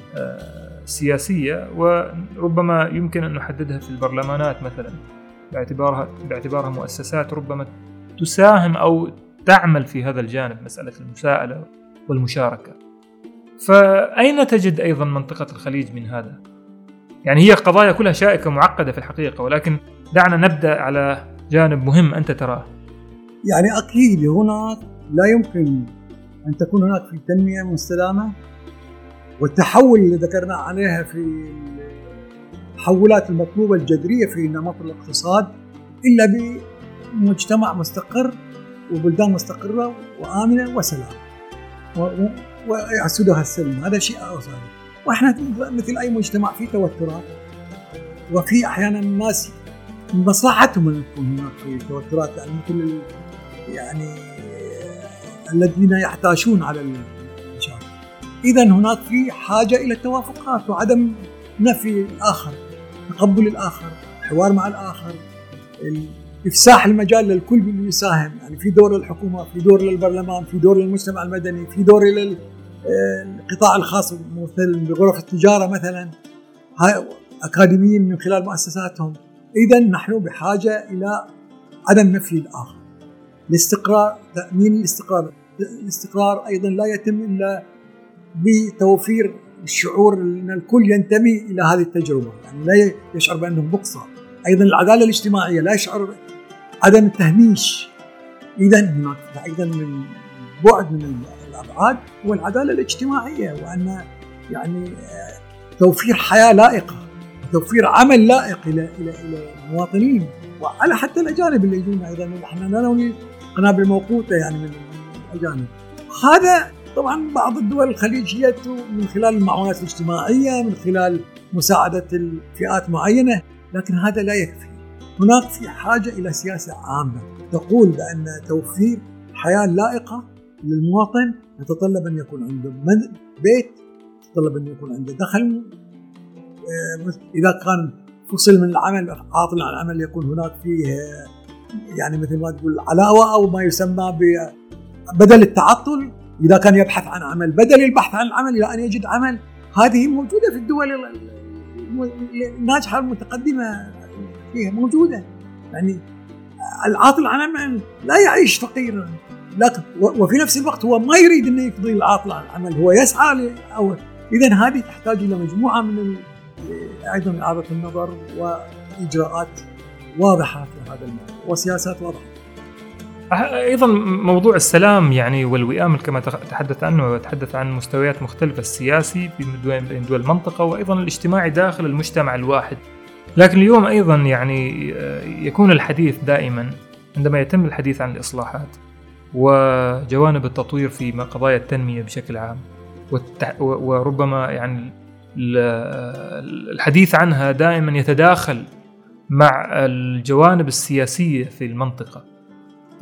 S8: السياسية، وربما يمكن أن نحددها في البرلمانات مثلا باعتبارها باعتبارها مؤسسات ربما تساهم أو تعمل في هذا الجانب، مسألة المساءلة والمشاركة. فأين تجد أيضا منطقة الخليج من هذا؟ يعني هي قضايا كلها شائكة ومعقدة في الحقيقة، ولكن دعنا نبدأ على جانب مهم أنت تراه.
S1: يعني أكيد هناك لا يمكن أن تكون هناك في تنمية مستدامة والتحول اللي ذكرنا عليها في التحولات المطلوبة الجذرية في نمط الاقتصاد إلا بمجتمع مستقر وبلدان مستقرة وآمنة وسلام ويحسدها السلم. هذا شيء أساسي. وإحنا مثل أي مجتمع في توترات، وفي أحيانا الناس مصلحتهم أن يكون هناك في توترات، يعني مثل يعني الذين يحتاجون على المشاكل. إذن هناك في حاجة إلى التوافقات وعدم نفي الآخر، تقبل الآخر، حوار مع الآخر، إفساح المجال للكل اللي يساهم. يعني في دور للحكومة، في دور للبرلمان، في دور للمجتمع المدني، في دور للقطاع الخاص مثل بغرف التجارة مثلا، أكاديميين من خلال مؤسساتهم. إذن نحن بحاجة إلى عدم نفي الآخر، الاستقرار، تأمين الاستقرار. الاستقرار أيضا لا يتم إلا بتوفير الشعور أن الكل ينتمي إلى هذه التجربة، يعني لا يشعر بأنه مقصر. أيضا العدالة الاجتماعية، لا يشعر عدم التهميش. إذن هناك أيضا من بعد من الأبعاد هو العدالة الاجتماعية، وأن يعني توفير حياة لائقة، توفير عمل لائق إلى إلى إلى المواطنين وعلى حتى الأجانب اللي يجون. أيضا إحنا لا نولي قنابل موقوتة يعني من الأجانب. هذا طبعا بعض الدول الخليجية من خلال المعونات الاجتماعية، من خلال مساعدة الفئات معينة، لكن هذا لا يكفي. هناك في حاجة إلى سياسة عامة تقول بأن توفير حياة لائقة للمواطن يتطلب أن يكون عنده بيت، يتطلب أن يكون عنده دخل، إذا كان فصل من العمل عاطل عن العمل يكون هناك فيه يعني مثل ما تقول علاوة أو ما يسمى بدل التعطل، إذا كان يبحث عن عمل بدل البحث عن العمل إلى أن يجد عمل. هذه موجودة في الدول الناجحة المتقدمة، فيها موجودة. يعني العاطل عن العمل لا يعيش فقيرا، لكن وفي نفس الوقت هو ما يريد أن يقضي العاطل عن العمل، هو يسعى أو إذن هذه تحتاج إلى مجموعة من أيضا إعادة النظر وإجراءات واضحة في هذا الموضوع وسياسات واضحة.
S8: أيضا موضوع السلام يعني والوئام كما تحدث عنه، وتحدث عن مستويات مختلفة، السياسي بين دول المنطقة وأيضا الاجتماعي داخل المجتمع الواحد. لكن اليوم أيضا يعني يكون الحديث دائما عندما يتم الحديث عن الإصلاحات وجوانب التطوير في قضايا التنمية بشكل عام، وربما يعني الحديث عنها دائما يتداخل مع الجوانب السياسية في المنطقة. ف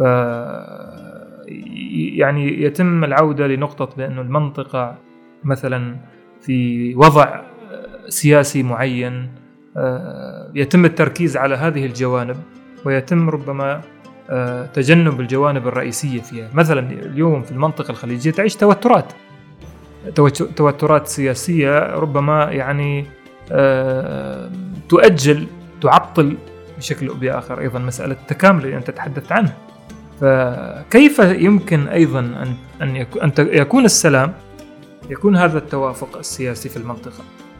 S8: يعني يتم العودة لنقطة بأن المنطقة مثلا في وضع سياسي معين، يتم التركيز على هذه الجوانب ويتم ربما تجنب الجوانب الرئيسية فيها. مثلا اليوم في المنطقة الخليجية تعيش توترات توترات سياسية ربما يعني تؤجل تعطل بشكل أو بآخر أيضا مسألة التكامل اللي أنت تحدثت عنه. فكيف يمكن أيضا أن أن يكون السلام، يكون هذا التوافق السياسي في المنطقة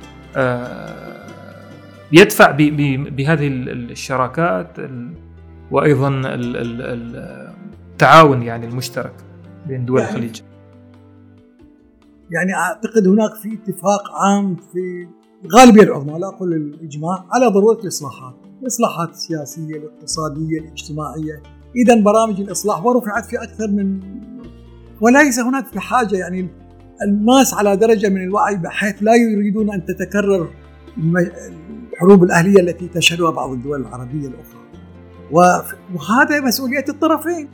S8: يدفع بهذه الشراكات وأيضا التعاون يعني المشترك بين دول
S1: يعني
S8: الخليج؟
S1: يعني أعتقد هناك في اتفاق عام في الغالبية العظمى، لا أقول الإجماع، على ضرورة الإصلاحات، الإصلاحات السياسية الاقتصادية الاجتماعية. إذن برامج الإصلاح ورفعت في أكثر من، وليس هناك في حاجة يعني الناس على درجة من الوعي بحيث لا يريدون أن تتكرر الحروب الأهلية التي تشهدها بعض الدول العربية الأخرى، وهذا مسؤولية الطرفين،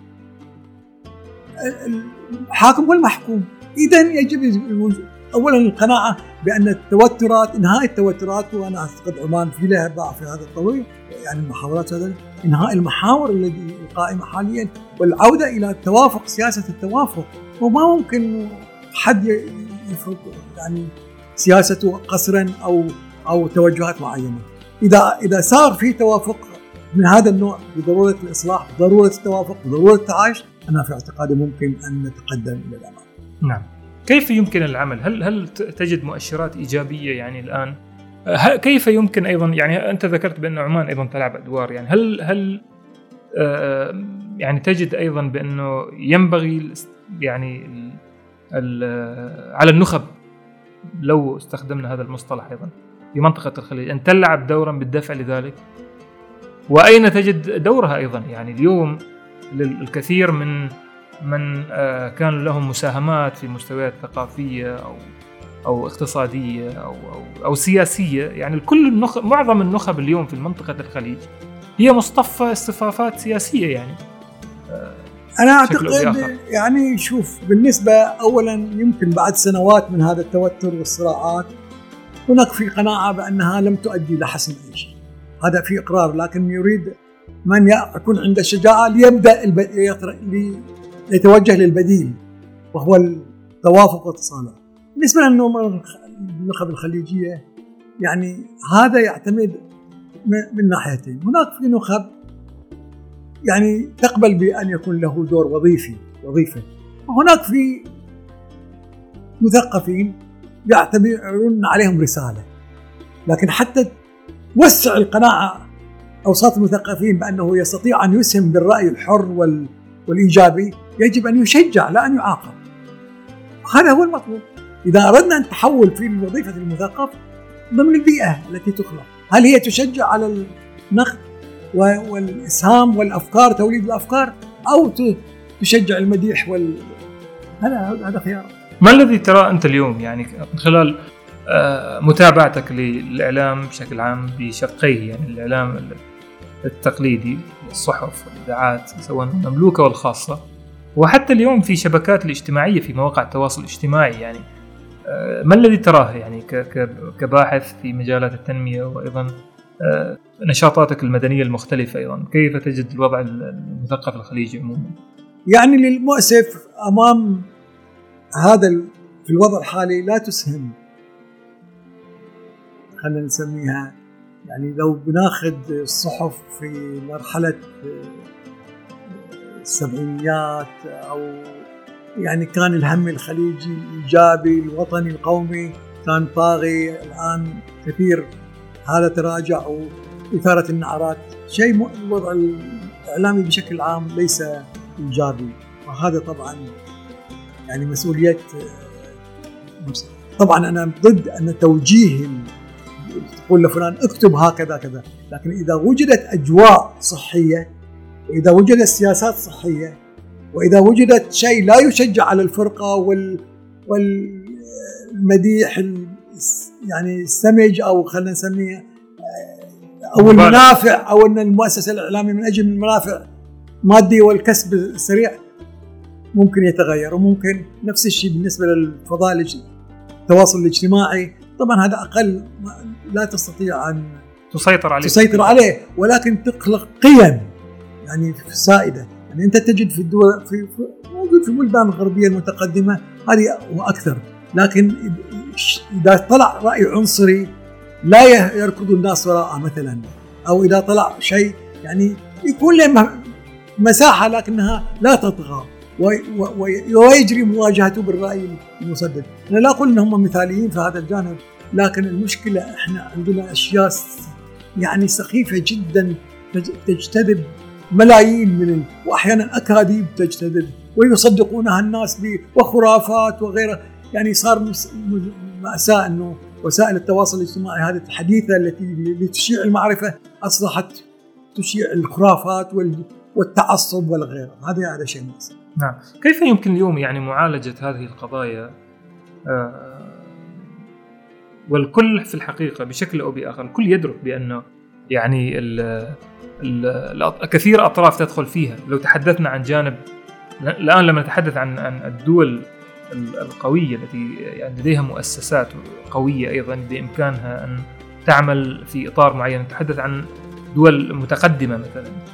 S1: الحاكم والمحكوم. إذن يجب أولا القناعة بأن التوترات، إنهاء التوترات، وأنا أعتقد عمان في لها باع في هذا الطويل، يعني المحاولات هذا إنهاء المحاور التي القائمة حاليا والعودة إلى التوافق، سياسة التوافق. وما ممكن حد يفرض يعني سياسته قسرا أو أو توجهات معينة. إذا إذا صار في توافق من هذا النوع بضرورة الإصلاح، بضرورة التوافق، بضرورة التعايش، أنا في اعتقادي ممكن أن نتقدم إلى الأمام.
S8: نعم. كيف يمكن العمل؟ هل هل تجد مؤشرات إيجابية يعني الآن؟ كيف يمكن أيضا يعني أنت ذكرت بأن عمان أيضا تلعب أدوار، يعني هل هل آه يعني تجد أيضا بأنه ينبغي يعني ال ال على النخب لو استخدمنا هذا المصطلح أيضا في منطقة الخليج أن تلعب دورا بالدفع لذلك؟ وأين تجد دورها أيضا؟ يعني اليوم الكثير من من آه كان لهم مساهمات في مستويات ثقافية أو أو اقتصادية أو أو, أو سياسية، يعني الكل النخب معظم النخب اليوم في منطقة الخليج هي مصطفى اصطفافات سياسية يعني.
S1: أنا أعتقد يعني شوف بالنسبة أولا يمكن بعد سنوات من هذا التوتر والصراعات هناك في قناعة بأنها لم تؤدي لحسم أي شيء، هذا في إقرار، لكن يريد من يكون عنده شجاعة ليبدأ يتوجه للبديل وهو التوافق والاتصالات. بالنسبة للنخب الخليجية يعني هذا يعتمد من ناحيتين، هناك في نخب يعني تقبل بأن يكون له دور وظيفي وظيفة، وهناك في مثقفين يعتبرون عليهم رسالة، لكن حتى توسع القناعة أوساط المثقفين بأنه يستطيع أن يسهم بالرأي الحر والإيجابي يجب أن يشجع لا أن يعاقب، هذا هو المطلوب. إذا أردنا أن تحول في وظيفة المثقف ضمن البيئة التي تخلق، هل هي تشجع على النقد والإسهام والأفكار توليد الأفكار أو تشجع المديح وال هذا هذا خيار.
S8: ما الذي ترى أنت اليوم يعني من خلال متابعتك للإعلام بشكل عام بشقيه، يعني الإعلام التقليدي الصحف والإذاعات سواء المملوكة والخاصة، وحتى اليوم في شبكات الاجتماعية في مواقع التواصل الاجتماعي، يعني ما الذي تراه يعني كباحث في مجالات التنمية وأيضا نشاطاتك المدنية المختلفة أيضا، كيف تجد الوضع المثقف الخليجي عموما؟
S1: يعني للمؤسف أمام هذا في الوضع الحالي لا تسهم، خلينا نسميها يعني لو بناخذ الصحف في مرحلة السبعينيات أو يعني كان الهم الخليجي الإيجابي الوطني القومي كان طاغي، الآن كثير هذا تراجع وإثارة النعرات شيء، الوضع الإعلامي بشكل عام ليس إيجابي، وهذا طبعا يعني مسؤولية. طبعا أنا ضد أن توجيه تقول لفلان اكتب هكذا كذا، لكن إذا وجدت أجواء صحية وإذا وجدت سياسات صحية وإذا وجدت شيء لا يشجع على الفرقة وال والمديح يعني السمج أو خلينا نسميه أو المنافع أو أن المؤسسة الإعلامية من أجل المنافع مادية والكسب السريع ممكن يتغير. وممكن نفس الشيء بالنسبة للفضاء التواصل الاجتماعي، طبعا هذا أقل لا تستطيع أن
S8: تسيطر عليه
S1: تسيطر عليه ولكن تخلق قيم يعني سائدة. يعني أنت تجد في الدول في موجود في البلدان الغربية المتقدمة هذه وأكثر، لكن إذا طلع رأي عنصري لا يركض الناس وراءه مثلا، أو إذا طلع شيء يعني يكون له مساحة لكنها لا تطغى ويجري مواجهته بالرأي المسدد. أنا لا أقول أنهم مثاليين في هذا الجانب، لكن المشكلة إحنا عندنا أشياء يعني سخيفة جدا تجتذب ملايين من وأحيانا أكاذيب تجتذب ويصدقونها الناس وخرافات وغيرها. يعني صار مأساة أنه وسائل التواصل الاجتماعي هذه الحديثة التي تشيع المعرفة أصبحت تشيع الخرافات والتعصب والغيره. هذا هذا شيء مأساة.
S8: نعم. كيف يمكن اليوم يعني معالجة هذه القضايا آه والكل في الحقيقة بشكل أو بآخر الكل يدرك بأنه يعني ال ال كثير أطراف تدخل فيها. لو تحدثنا عن جانب الآن لما نتحدث عن عن الدول القوية التي يعني لديها مؤسسات قوية أيضا بإمكانها أن تعمل في إطار معين، نتحدث عن دول متقدمة مثلا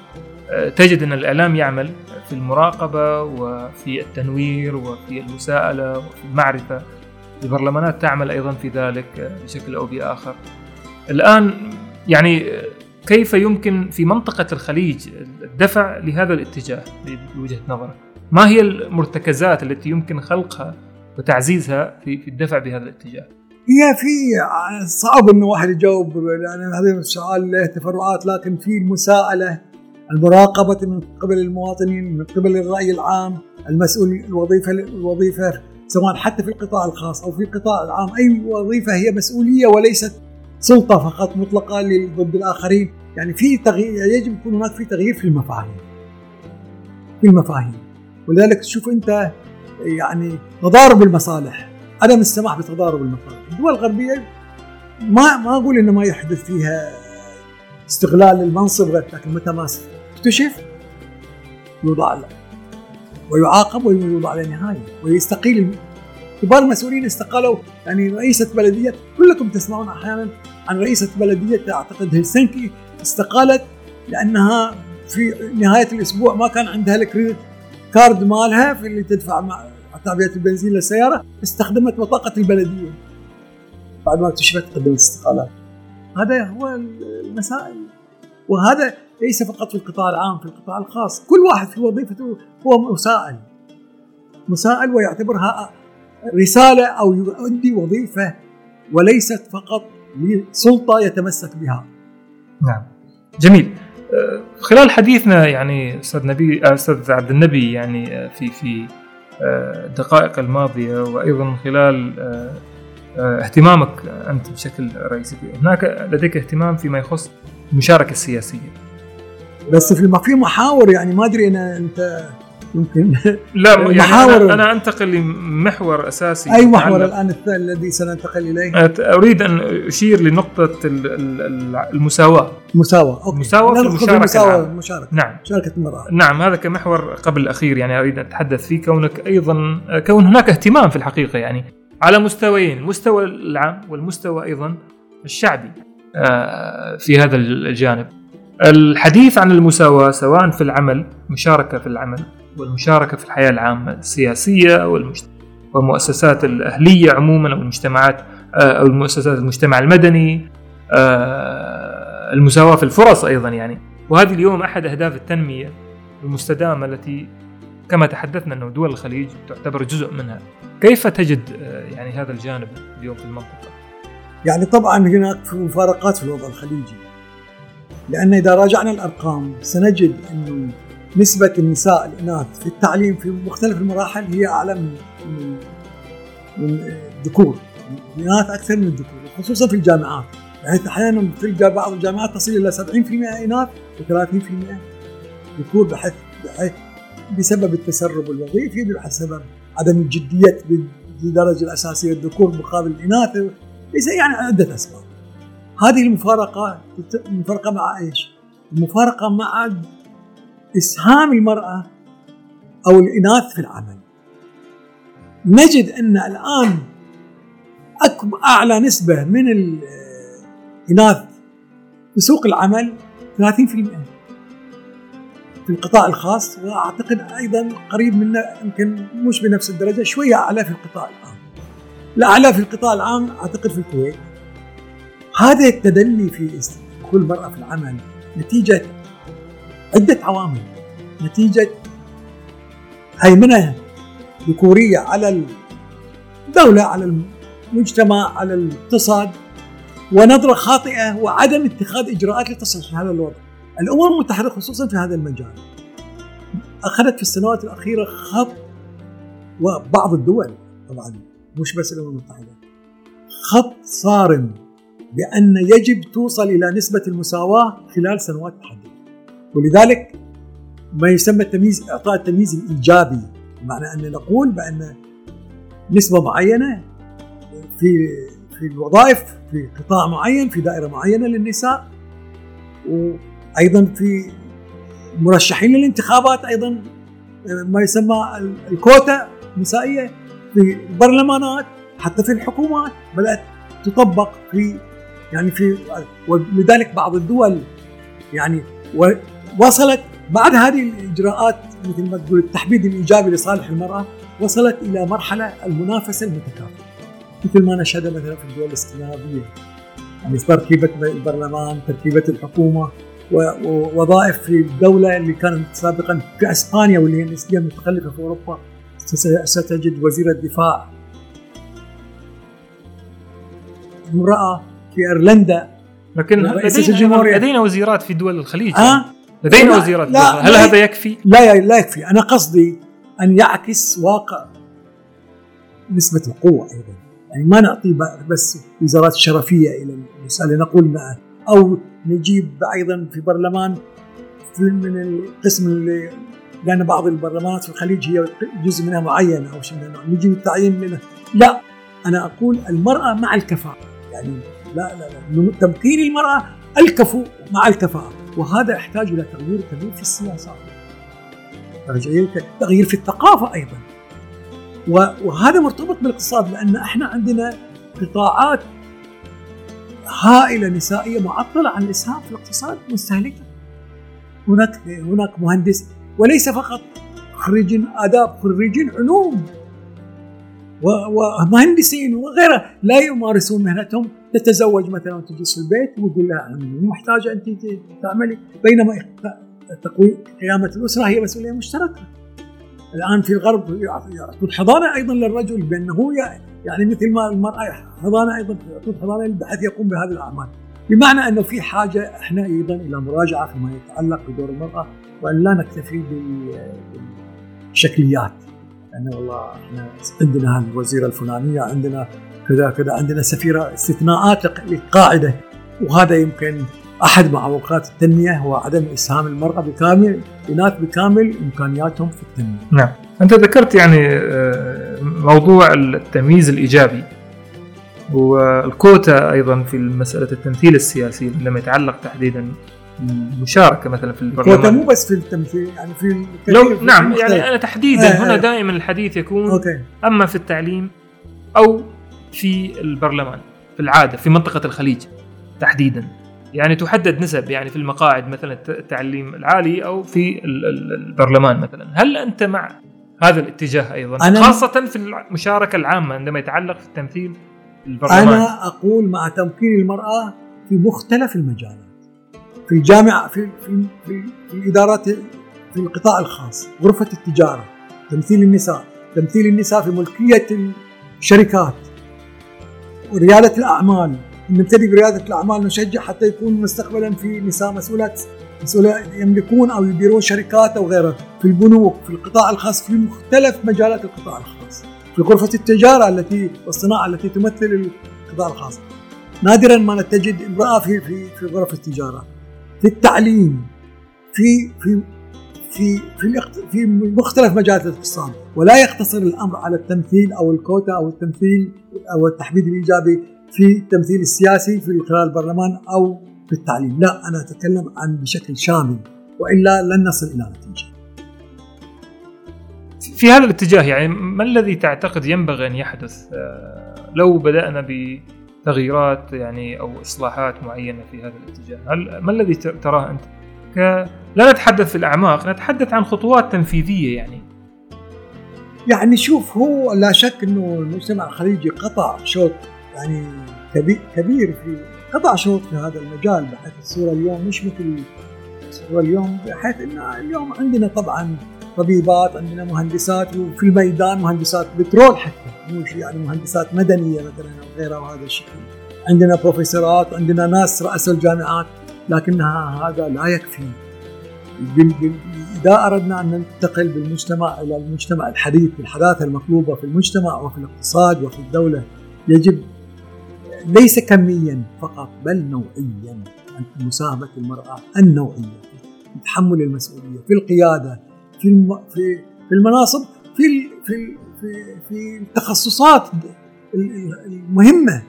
S8: تجد أن الإعلام يعمل في المراقبة وفي التنوير وفي المساءلة وفي المعرفة. البرلمانات تعمل أيضا في ذلك بشكل أو بآخر. الآن يعني كيف يمكن في منطقة الخليج الدفع لهذا الاتجاه بوجهة نظرك؟ ما هي المرتكزات التي يمكن خلقها وتعزيزها في الدفع بهذا الاتجاه؟
S1: هي في صعب إنه واحد يجاوب لأن هذا السؤال له تفرعات، لكن في المساءلة، المراقبة من قبل المواطنين، من قبل الرأي العام، المسؤول الوظيفة الوظيفة سواء حتى في القطاع الخاص أو في القطاع العام، أي وظيفة هي مسؤولية وليست سلطة فقط مطلقة ضد الآخرين. يعني في تغيير، يجب يكون هناك في تغيير في المفاهيم في المفاهيم ولذلك تشوف أنت يعني تضارب المصالح، عدم السماح بتضارب المصالح. الدول الغربية ما ما أقول إنه ما يحدث فيها استغلال للمنصب، لكن متى ما اكتشف يوضع له ويعاقب ويوضع له نهاية ويستقيل. كبار المسؤولين استقالوا، يعني رئيسة بلدية، كلكم تسمعون أحيانا عن رئيسة بلدية أعتقد هلسنكي استقالت لأنها في نهاية الأسبوع ما كان عندها الكريدت كارد مالها في اللي تدفع مع تعبئة البنزين للسيارة، استخدمت بطاقة البلدية بعد ما اكتشفت قدمت استقالات. هذا هو المسائل، وهذا ليس فقط في القطاع العام، في القطاع الخاص كل واحد في وظيفته هو مسائل مسائل ويعتبرها رسالة أو يؤدي وظيفة وليست فقط لسلطة يتمسك بها.
S8: نعم، جميل. خلال حديثنا يعني أستاذ نبي أستاذ عبد النبي يعني في في الدقائق الماضية، وأيضا خلال اهتمامك أنت بشكل رئيسي، هناك لديك اهتمام فيما يخص المشاركة السياسية،
S1: بس في في محاور يعني ما أدري أنا أنت يمكن
S8: لا يعني أنا, أنا أنتقل لمحور أساسي.
S1: أي محور الآن الذي سننتقل إليه؟
S8: أريد أن أشير لنقطة المساواة.
S1: مساواة.
S8: المساواة في المشاركة.
S1: المشاركة.
S8: نعم.
S1: مشاركة المرأة.
S8: نعم، هذا كمحور قبل الأخير يعني أريد أن أتحدث فيه، كونك أيضا كون هناك اهتمام في الحقيقة يعني على مستويين، المستوى العام والمستوى أيضا الشعبي في هذا الجانب. الحديث عن المساواة سواء في العمل، مشاركة في العمل والمشاركة في الحياة العامة السياسية والمؤسسات الأهلية عموما، أو المجتمعات أو المؤسسات المجتمع المدني، المساواة في الفرص أيضا يعني. وهذه اليوم أحد أهداف التنمية المستدامة التي كما تحدثنا أنه دول الخليج تعتبر جزء منها. كيف تجد يعني هذا الجانب اليوم في المنطقة؟
S1: يعني طبعا هناك مفارقات في الوضع الخليجي، لأن إذا راجعنا الأرقام سنجد أنه نسبة النساء الإناث في التعليم في مختلف المراحل هي أعلى من من الذكور. الإناث أكثر من الذكور، خصوصا في الجامعات، بحيث أحيانا تلقى بعض الجامعات تصل إلى سبعين بالمئة إناث وثلاثين بالمئة ذكور، بحيث بحيث بسبب التسرب الوظيفي، بسبب عدم الجدية بالدرجة الأساسية الذكور مقابل الإناث، ليس يعني عدة أسباب. هذه المفارقة المفارقة مع إيش؟ المفارقة مع إسهام المرأة أو الإناث في العمل. نجد أن الآن أكبر أعلى نسبة من الإناث في سوق العمل ثلاثين بالمئة في القطاع الخاص، وأعتقد أيضا قريب منه يمكن مش بنفس الدرجة، شوية أعلى في القطاع العام. لا أعلى في القطاع العام أعتقد في الكويت. هذا التدني في دخول المرأة في العمل نتيجة عدة عوامل، نتيجة هيمنة ذكورية على الدولة، على المجتمع، على الاقتصاد، ونظرة خاطئة وعدم اتخاذ إجراءات لتصحيح هذا الوضع. الأمم المتحدة خصوصا في هذا المجال أخذت في السنوات الأخيرة خط، وبعض الدول طبعا مش بس الأمم المتحدة، خط صارم بأن يجب توصل إلى نسبة المساواة خلال سنوات محددة. ولذلك ما يسمى التمييز، إعطاء التمييز الإيجابي، بمعنى أن نقول بأن نسبة معينة في في الوظائف في قطاع معين في دائرة معينة للنساء، وأيضا في مرشحين للانتخابات أيضا ما يسمى الكوتا النسائية في البرلمانات، حتى في الحكومات بدأت تطبق في يعني في ولذلك بعض الدول يعني وصلت بعد هذه الإجراءات مثل ما تقول التحديد الإيجابي لصالح المرأة وصلت إلى مرحلة المنافسة المتكافئة مثل ما نشهد مثلا في الدول الاسكندنافية، يعني تركيبة البرلمان، تركيبة الحكومة، ووظائف في الدولة اللي كانت سابقا في إسبانيا واللي هي نسبيا متخلفة في أوروبا. ستجد وزير الدفاع امرأة، في إيرلندا
S8: لكن لدينا, لدينا وزيرات في دول الخليج.
S1: آه؟
S8: لدينا وزيرات.
S1: لا
S8: هل
S1: لا
S8: هذا يكفي؟
S1: لا لا يكفي. أنا قصدي أن يعكس واقع نسبة القوة أيضا، يعني ما نعطي بس وزارات شرفية إلى المسألة نقول معه، أو نجيب أيضا في برلمان في من القسم اللي، لأن بعض البرلمانات في الخليج هي جزء منها معين أو شيء منها نجيب التعيين منها. لا، أنا أقول المرأة مع الكفاءة، يعني لا لا لا تمكين المرأة الكفو مع الكفاءة، وهذا يحتاج إلى تغيير كبير في السياسة، تغيير في الثقافة أيضا، وهذا مرتبط بالاقتصاد، لأن إحنا عندنا قطاعات هائلة نسائية معطلة عن الإسهام في الاقتصاد مستهلكة. هناك هناك مهندس، وليس فقط خريجين آداب، خريجين علوم ومهندسين وغيرها لا يمارسون مهنتهم، تتزوج مثلا وتجلس في البيت وتقول لها مو محتاجة أنت تعملي، بينما تقويم قيامة الأسرة هي مسؤولية مشتركة. الآن في الغرب يعطون حضانة أيضا للرجل، بأنه يعني مثل ما المرأة حضانة أيضا يعطون حضانة بحيث يقوم بهذه الأعمال، بمعنى أنه في حاجة إحنا أيضا إلى مراجعة فيما يتعلق بدور المرأة، وأن لا نكتفي بالشكليات، لأن والله إحنا عندنا الوزيرة الفلانية، عندنا كذا كذا، عندنا سفيرة، استثناءات للقاعدة. وهذا يمكن أحد معوقات التنمية هو عدم إسهام المرأة بكامل الإناث بكامل إمكانياتهم في التنمية.
S8: نعم، أنت ذكرت يعني موضوع التمييز الإيجابي والكوتا أيضا في مسألة التمثيل السياسي لما يتعلق تحديدا المشاركة مثلا في البرلمان.
S1: الكوتا مو بس في التمثيل، يعني في
S8: لو نعم في يعني أنا تحديدا آه هنا دائما الحديث يكون أوكي. أما في التعليم أو في البرلمان في العادة في منطقة الخليج تحديدا، يعني تحدد نسب يعني في المقاعد مثلا التعليم العالي أو في البرلمان مثلا. هل أنت مع هذا الاتجاه أيضا خاصة في المشاركة العامة عندما يتعلق في التمثيل البرلمان؟
S1: أنا أقول مع تمكين المرأة في مختلف المجالات، في الجامعة، في, في, في, في الإدارات، في القطاع الخاص، غرفة التجارة، تمثيل النساء، تمثيل النساء في ملكية الشركات وريادة الأعمال. نبتدي بريادة الأعمال، نشجع حتى يكون مستقبلا في نساء مسؤولات مسؤولات يملكون أو يديرون شركات أو غيرها، في البنوك، في القطاع الخاص، في مختلف مجالات القطاع الخاص، في غرفة التجارة التي والصناعة التي تمثل القطاع الخاص. نادرا ما نتجد امرأة في في في غرف التجارة، في التعليم، في في في في في مختلف مجالات الاقتصاد. ولا يقتصر الأمر على التمثيل أو الكوتا أو التمثيل أو التحديد الإيجابي في التمثيل السياسي في خلال البرلمان أو في التعليم. لا، أنا أتكلم عن بشكل شامل، وإلا لن نصل إلى نتيجة.
S8: في هذا الاتجاه يعني ما الذي تعتقد ينبغي أن يحدث لو بدأنا بتغييرات يعني أو إصلاحات معينة في هذا الاتجاه؟ هل ما الذي تراه أنت؟ ك... لا نتحدث في الأعماق، نتحدث عن خطوات تنفيذية. يعني
S1: يعني شوف، هو لا شك أنه المجتمع الخليجي قطع شوط يعني كبير كبير في قطع شوط في هذا المجال، بحيث الصورة اليوم مش مثل الصورة اليوم، بحيث أن اليوم عندنا طبعا طبيبات، عندنا مهندسات، وفي الميدان مهندسات بترول حتى، مش يعني مهندسات مدنية مثلا أو غيرها، وهذا الشيء. عندنا بروفيسورات، عندنا ناس رؤساء الجامعات، لكنها هذا لا يكفي. إذا أردنا أن ننتقل بالمجتمع إلى المجتمع الحديث بالحداثة المطلوبة في المجتمع وفي الاقتصاد وفي الدولة، يجب ليس كميا فقط بل نوعيا مساهمة المرأة النوعية في تحمل المسؤولية، في القيادة، في الم... في في المناصب، في ال... في ال... في في التخصصات المهمة.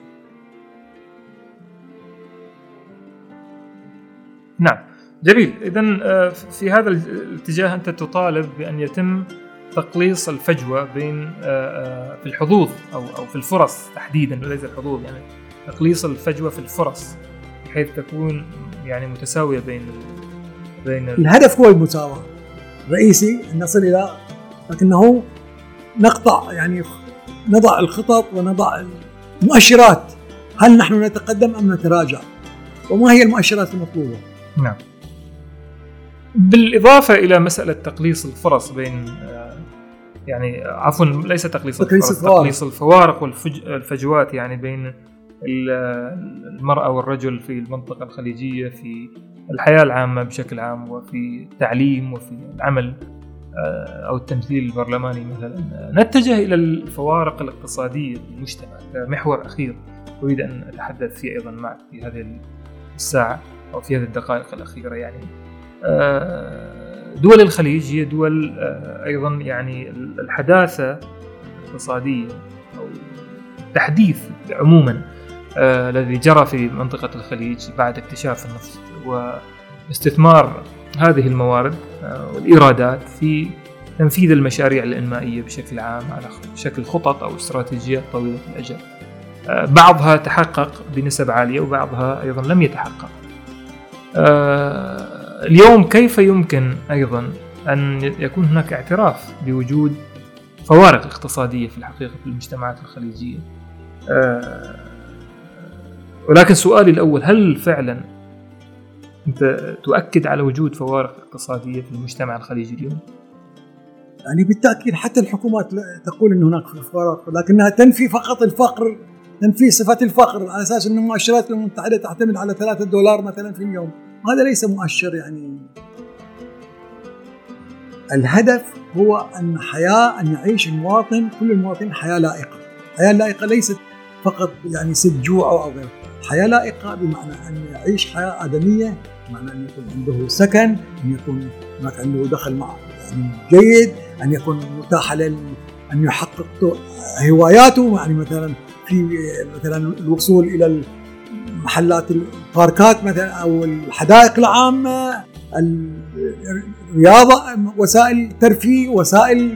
S8: نعم، جميل. إذن في هذا الاتجاه أنت تطالب بأن يتم تقليص الفجوة بين في الحظوظ أو أو في الفرص تحديدا، وليس الحظوظ، يعني تقليص الفجوة في الفرص بحيث تكون يعني متساوية بين بين
S1: الهدف هو المساواة الرئيسي أن نصل إلى، لكنه نقطع يعني نضع الخطط ونضع المؤشرات، هل نحن نتقدم أم نتراجع، وما هي المؤشرات المطلوبة.
S8: نعم. بالإضافة إلى مسألة تقليص الفرص بين يعني عفوا ليس تقليص الفرص، تقليص الفوارق والفجوات يعني بين المرأة والرجل في المنطقة الخليجية في الحياة العامة بشكل عام، وفي التعليم وفي العمل أو التمثيل البرلماني مثلا، نتجه إلى الفوارق الاقتصادية في المجتمع كمحور أخير أريد أن أتحدث فيه أيضا معك في هذه الساعة أو في هذه الدقائق الأخيرة. يعني دول الخليج هي دول أيضا يعني الحداثة الاقتصادية أو التحديث عموما الذي جرى في منطقة الخليج بعد اكتشاف النفط واستثمار هذه الموارد والإيرادات في تنفيذ المشاريع الإنمائية بشكل عام على شكل خطط أو استراتيجيات طويلة الأجل، بعضها تحقق بنسب عالية وبعضها أيضا لم يتحقق. اليوم كيف يمكن أيضا أن يكون هناك اعتراف بوجود فوارق اقتصادية في الحقيقة في المجتمعات الخليجية؟ ولكن سؤالي الأول، هل فعلا أنت تؤكد على وجود فوارق اقتصادية في المجتمع الخليجي اليوم؟
S1: يعني بالتأكيد حتى الحكومات تقول أن هناك فوارق، لكنها تنفي فقط الفقر، تنفي صفة الفقر على أساس أن المؤشرات المتحدة تعتمد على ثلاثة دولار مثلا في اليوم. هذا ليس مؤشر. يعني الهدف هو أن حياة أن يعيش المواطن، كل المواطن حياة لائقة. حياة لائقة ليست فقط يعني ست جوع أو غيره، حياة لائقة بمعنى أن يعيش حياة آدمية، بمعنى أن يكون عنده سكن، أن يكون هناك عنده دخل مع يعني جيد، أن يكون متاح له أن يحقق هواياته، يعني مثلا في مثلا الوصول إلى محلات الباركات مثلا أو الحدائق العامة، الرياضة، وسائل الترفيه، وسائل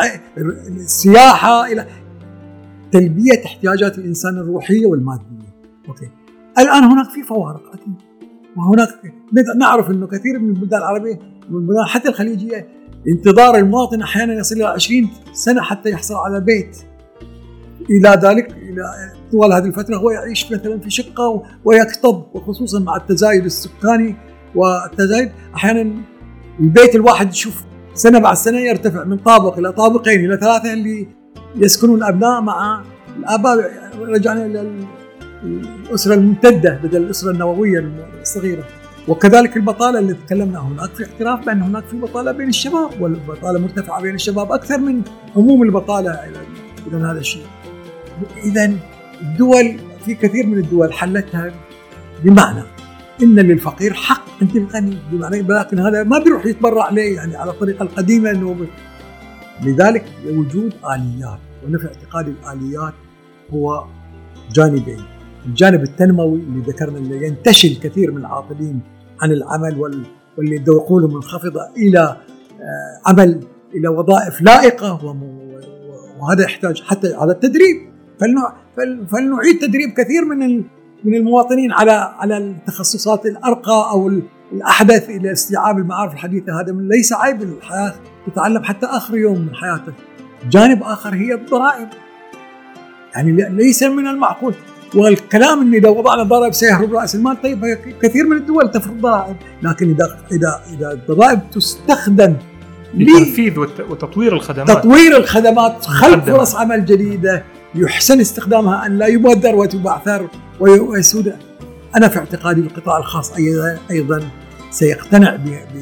S1: السياحة، إلى تلبية احتياجات الإنسان الروحية والمادية. أوكي. الآن هناك في فوارق أكيد، وهناك نعرف إنه كثير من البلدان العربية والبلدان حتى الخليجية انتظار المواطن أحيانا يصل إلى عشرين سنة حتى يحصل على بيت. إلى ذلك إلى طوال هذه الفترة هو يعيش مثلا في شقة ويكتب، وخصوصا مع التزايد السكاني والتزايد أحيانا البيت الواحد يشوف سنة بعد سنة يرتفع من طابق إلى طابقين إلى ثلاثة اللي يسكنون الأبناء مع الآباء. رجعنا إلى الأسرة الممتدة بدل الأسرة النووية الصغيرة. وكذلك البطالة اللي تكلمنا، هناك في اعتراف بأن هناك في بطالة بين الشباب، والبطالة مرتفعة بين الشباب أكثر من عموم البطالة إلى هذا الشيء. إذن الدول في كثير من الدول حلتها بمعنى إن للفقير حق أنت الغني، بمعنى لكن هذا ما بيروح يتبرع عليه يعني على الطريقة القديمة إنه. لذلك وجود آليات، وأنا في اعتقادي الآليات هو جانبين: الجانب التنموي اللي ذكرنا اللي ينتشل كثير من العاطلين عن العمل واللي ذوقهم منخفضة إلى عمل إلى وظائف لائقة، وهذا يحتاج حتى على التدريب. فلنعيد تدريب كثير من من المواطنين على على التخصصات الأرقى أو الأحدث إلى استيعاب المعارف الحديثة. هذا من ليس عيب، الحياة تتعلم حتى آخر يوم من حياتك. جانب آخر هي الضرائب، يعني ليس من المعقول والكلام إن إذا وضعنا ضرائب سيهرب رأس المال. طيب كثير من الدول تفرض ضرائب، لكن إذا إذا إذا الضرائب تستخدم
S8: لتنفيذ وتطوير الخدمات،
S1: تطوير الخدمات، خلق فرص عمل جديدة يحسن استخدامها، أن لا يبذر وتبعثر ويسود. أنا في اعتقادي القطاع الخاص أيضا أيضا سيقتنع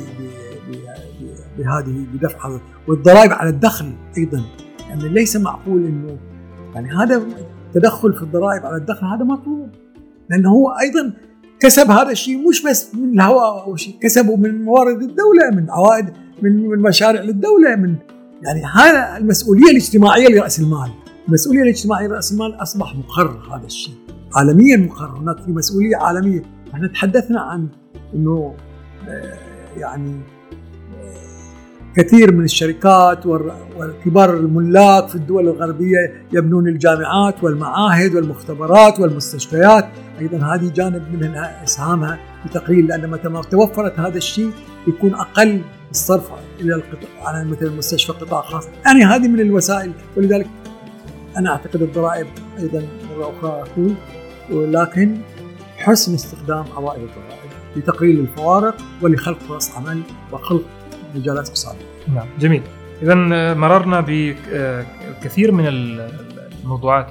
S1: بهذه بدفع والضرائب على الدخل أيضا. يعني ليس معقول إنه يعني هذا تدخل في الضرائب على الدخل، هذا مطلوب، لأنه هو أيضا كسب هذا الشيء مش بس من الهواء أو شيء، كسبه من موارد الدولة، من عوائد، من من مشاريع للدولة، من يعني هذا المسؤولية الاجتماعية لرأس المال. المسؤولية الاجتماعية لرأس المال أصبح مقرر، هذا الشيء عالميا مقرر، هناك في مسؤولية عالمية. احنا تحدثنا عن إنه يعني كثير من الشركات وكبار الملاك في الدول الغربية يبنون الجامعات والمعاهد والمختبرات والمستشفيات. أيضا هذه جانب من إسهامها بتقليل، لأن متى ما توفرت هذا الشيء يكون أقل الصرف إلى القطاع، على مثل المستشفى قطاع خاص. يعني هذه من الوسائل. ولذلك أنا أعتقد الضرائب أيضا مرة أخرى أقول، ولكن حسن استخدام عوائد الضرائب لتقليل الفوارق ولخلق فرص عمل وخلق مجالات اقتصادية.
S8: نعم، جميل. إذا مررنا بكثير من الموضوعات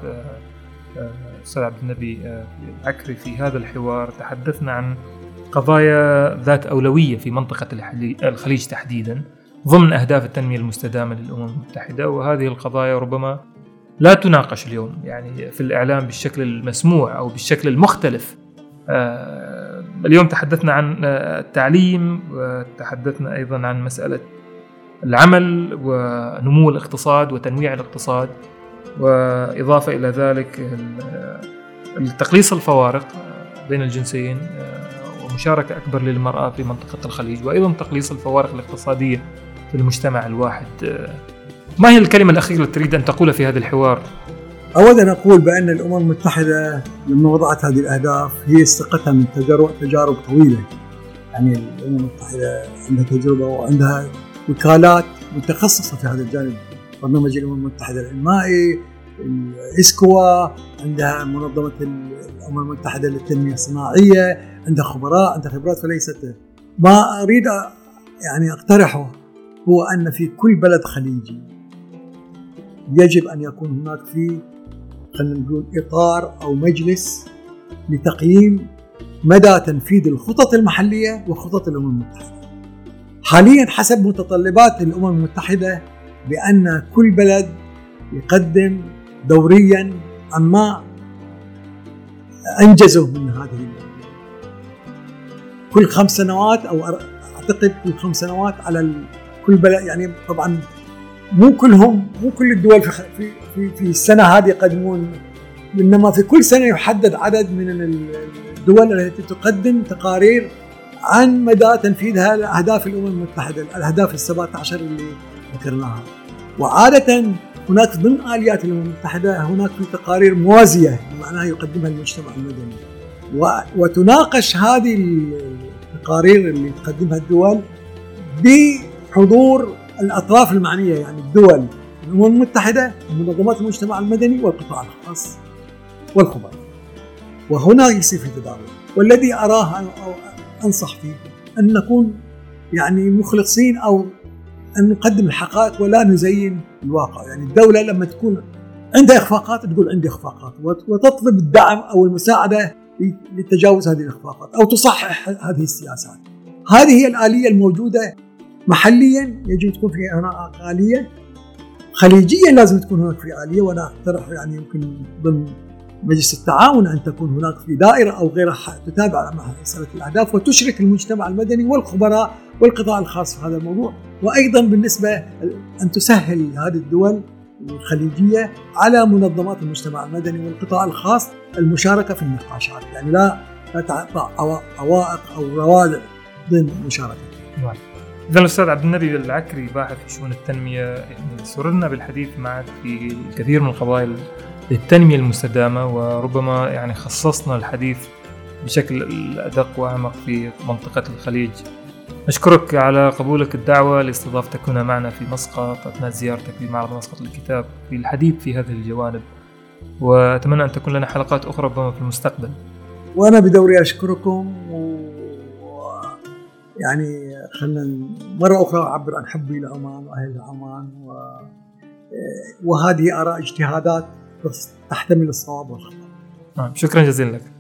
S8: أستاذ عبد النبي العكري في هذا الحوار. تحدثنا عن قضايا ذات أولوية في منطقة الخليج تحديدا ضمن أهداف التنمية المستدامة للأمم المتحدة، وهذه القضايا ربما لا تناقش اليوم يعني في الإعلام بالشكل المسموع أو بالشكل المختلف. اليوم تحدثنا عن التعليم، وتحدثنا أيضا عن مسألة العمل ونمو الاقتصاد وتنويع الاقتصاد، وإضافة إلى ذلك التقليص الفوارق بين الجنسين ومشاركة أكبر للمرأة في منطقة الخليج، وأيضا تقليص الفوارق الاقتصادية في المجتمع الواحد. ما هي الكلمة الأخيرة التي تريد أن تقولها في هذا الحوار؟
S1: أود أن أقول بأن الأمم المتحدة لما وضعت هذه الأهداف هي استقتها من تجارب, تجارب طويلة. يعني الأمم المتحدة عندها تجربة وعندها وكالات متخصصة في هذا الجانب، برنامج الأمم المتحدة الإنمائي، الإسكوا، عندها منظمة الأمم المتحدة للتنمية الصناعية، عندها خبراء، عندها خبرات. فليست ما أريد يعني أقترحه هو أن في كل بلد خليجي يجب أن يكون هناك في خلينا نقول إطار أو مجلس لتقييم مدى تنفيذ الخطط المحلية وخطط الأمم المتحدة. حاليا حسب متطلبات الأمم المتحدة بأن كل بلد يقدم دوريا عن ما أنجزه من هذه كل خمس سنوات أو أعتقد كل خمس سنوات على كل بلد. يعني طبعا مو كلهم مو كل الدول في في في السنة هذه يقدمون، إنما في كل سنة يحدد عدد من الدول التي تقدم تقارير عن مدى تنفيذها لأهداف الأمم المتحدة، الأهداف السبعة عشر اللي ذكرناها. وعادة هناك ضمن آليات الأمم المتحدة هناك في تقارير موازية معناها يقدمها المجتمع المدني، وتناقش هذه التقارير اللي تقدمها الدول بحضور الأطراف المعنية، يعني الدول، الأمم المتحدة، منظمات المجتمع المدني والقطاع الخاص والخبراء. وهنا يصير في تداول. والذي أراه أو أنصح فيه أن نكون يعني مخلصين أو أن نقدم الحقائق ولا نزين الواقع. يعني الدولة لما تكون عندها إخفاقات تقول عندي إخفاقات وتطلب الدعم أو المساعدة لتجاوز هذه الإخفاقات أو تصحح هذه السياسات. هذه هي الآلية الموجودة محليا. يجب تكون في هناك آلية خليجيا، لازم تكون هناك في آلية. وأنا أقترح يعني يمكن ضمن مجلس التعاون أن تكون هناك في دائرة أو غيرها تتابع مسألة الأهداف وتشرك المجتمع المدني والخبراء والقطاع الخاص في هذا الموضوع. وأيضا بالنسبة أن تسهل هذه الدول الخليجية على منظمات المجتمع المدني والقطاع الخاص المشاركة في النقاشات، يعني لا تعطى عوائق أو روادع ضمن المشاركة.
S8: إذن الأستاذ عبد النبي العكري باحث في شؤون التنمية، يعني سررنا بالحديث معك في الكثير من القضايا للتنمية المستدامة، وربما يعني خصصنا الحديث بشكل أدق وأعمق في منطقة الخليج. أشكرك على قبولك الدعوة لاستضافتك هنا معنا في مسقط أثناء زيارتك لمعرض مسقط للكتاب في الحديث في هذه الجوانب، وأتمنى أن تكون لنا حلقات أخرى ربما في المستقبل.
S1: وأنا بدوري أشكركم، و يعني خلنا مرة أخرى أعبر عن حبي لعمان وأهل عمان، و... وهذه آراء اجتهادات تحتمل الصواب والخطأ.
S8: شكرا جزيلا لك.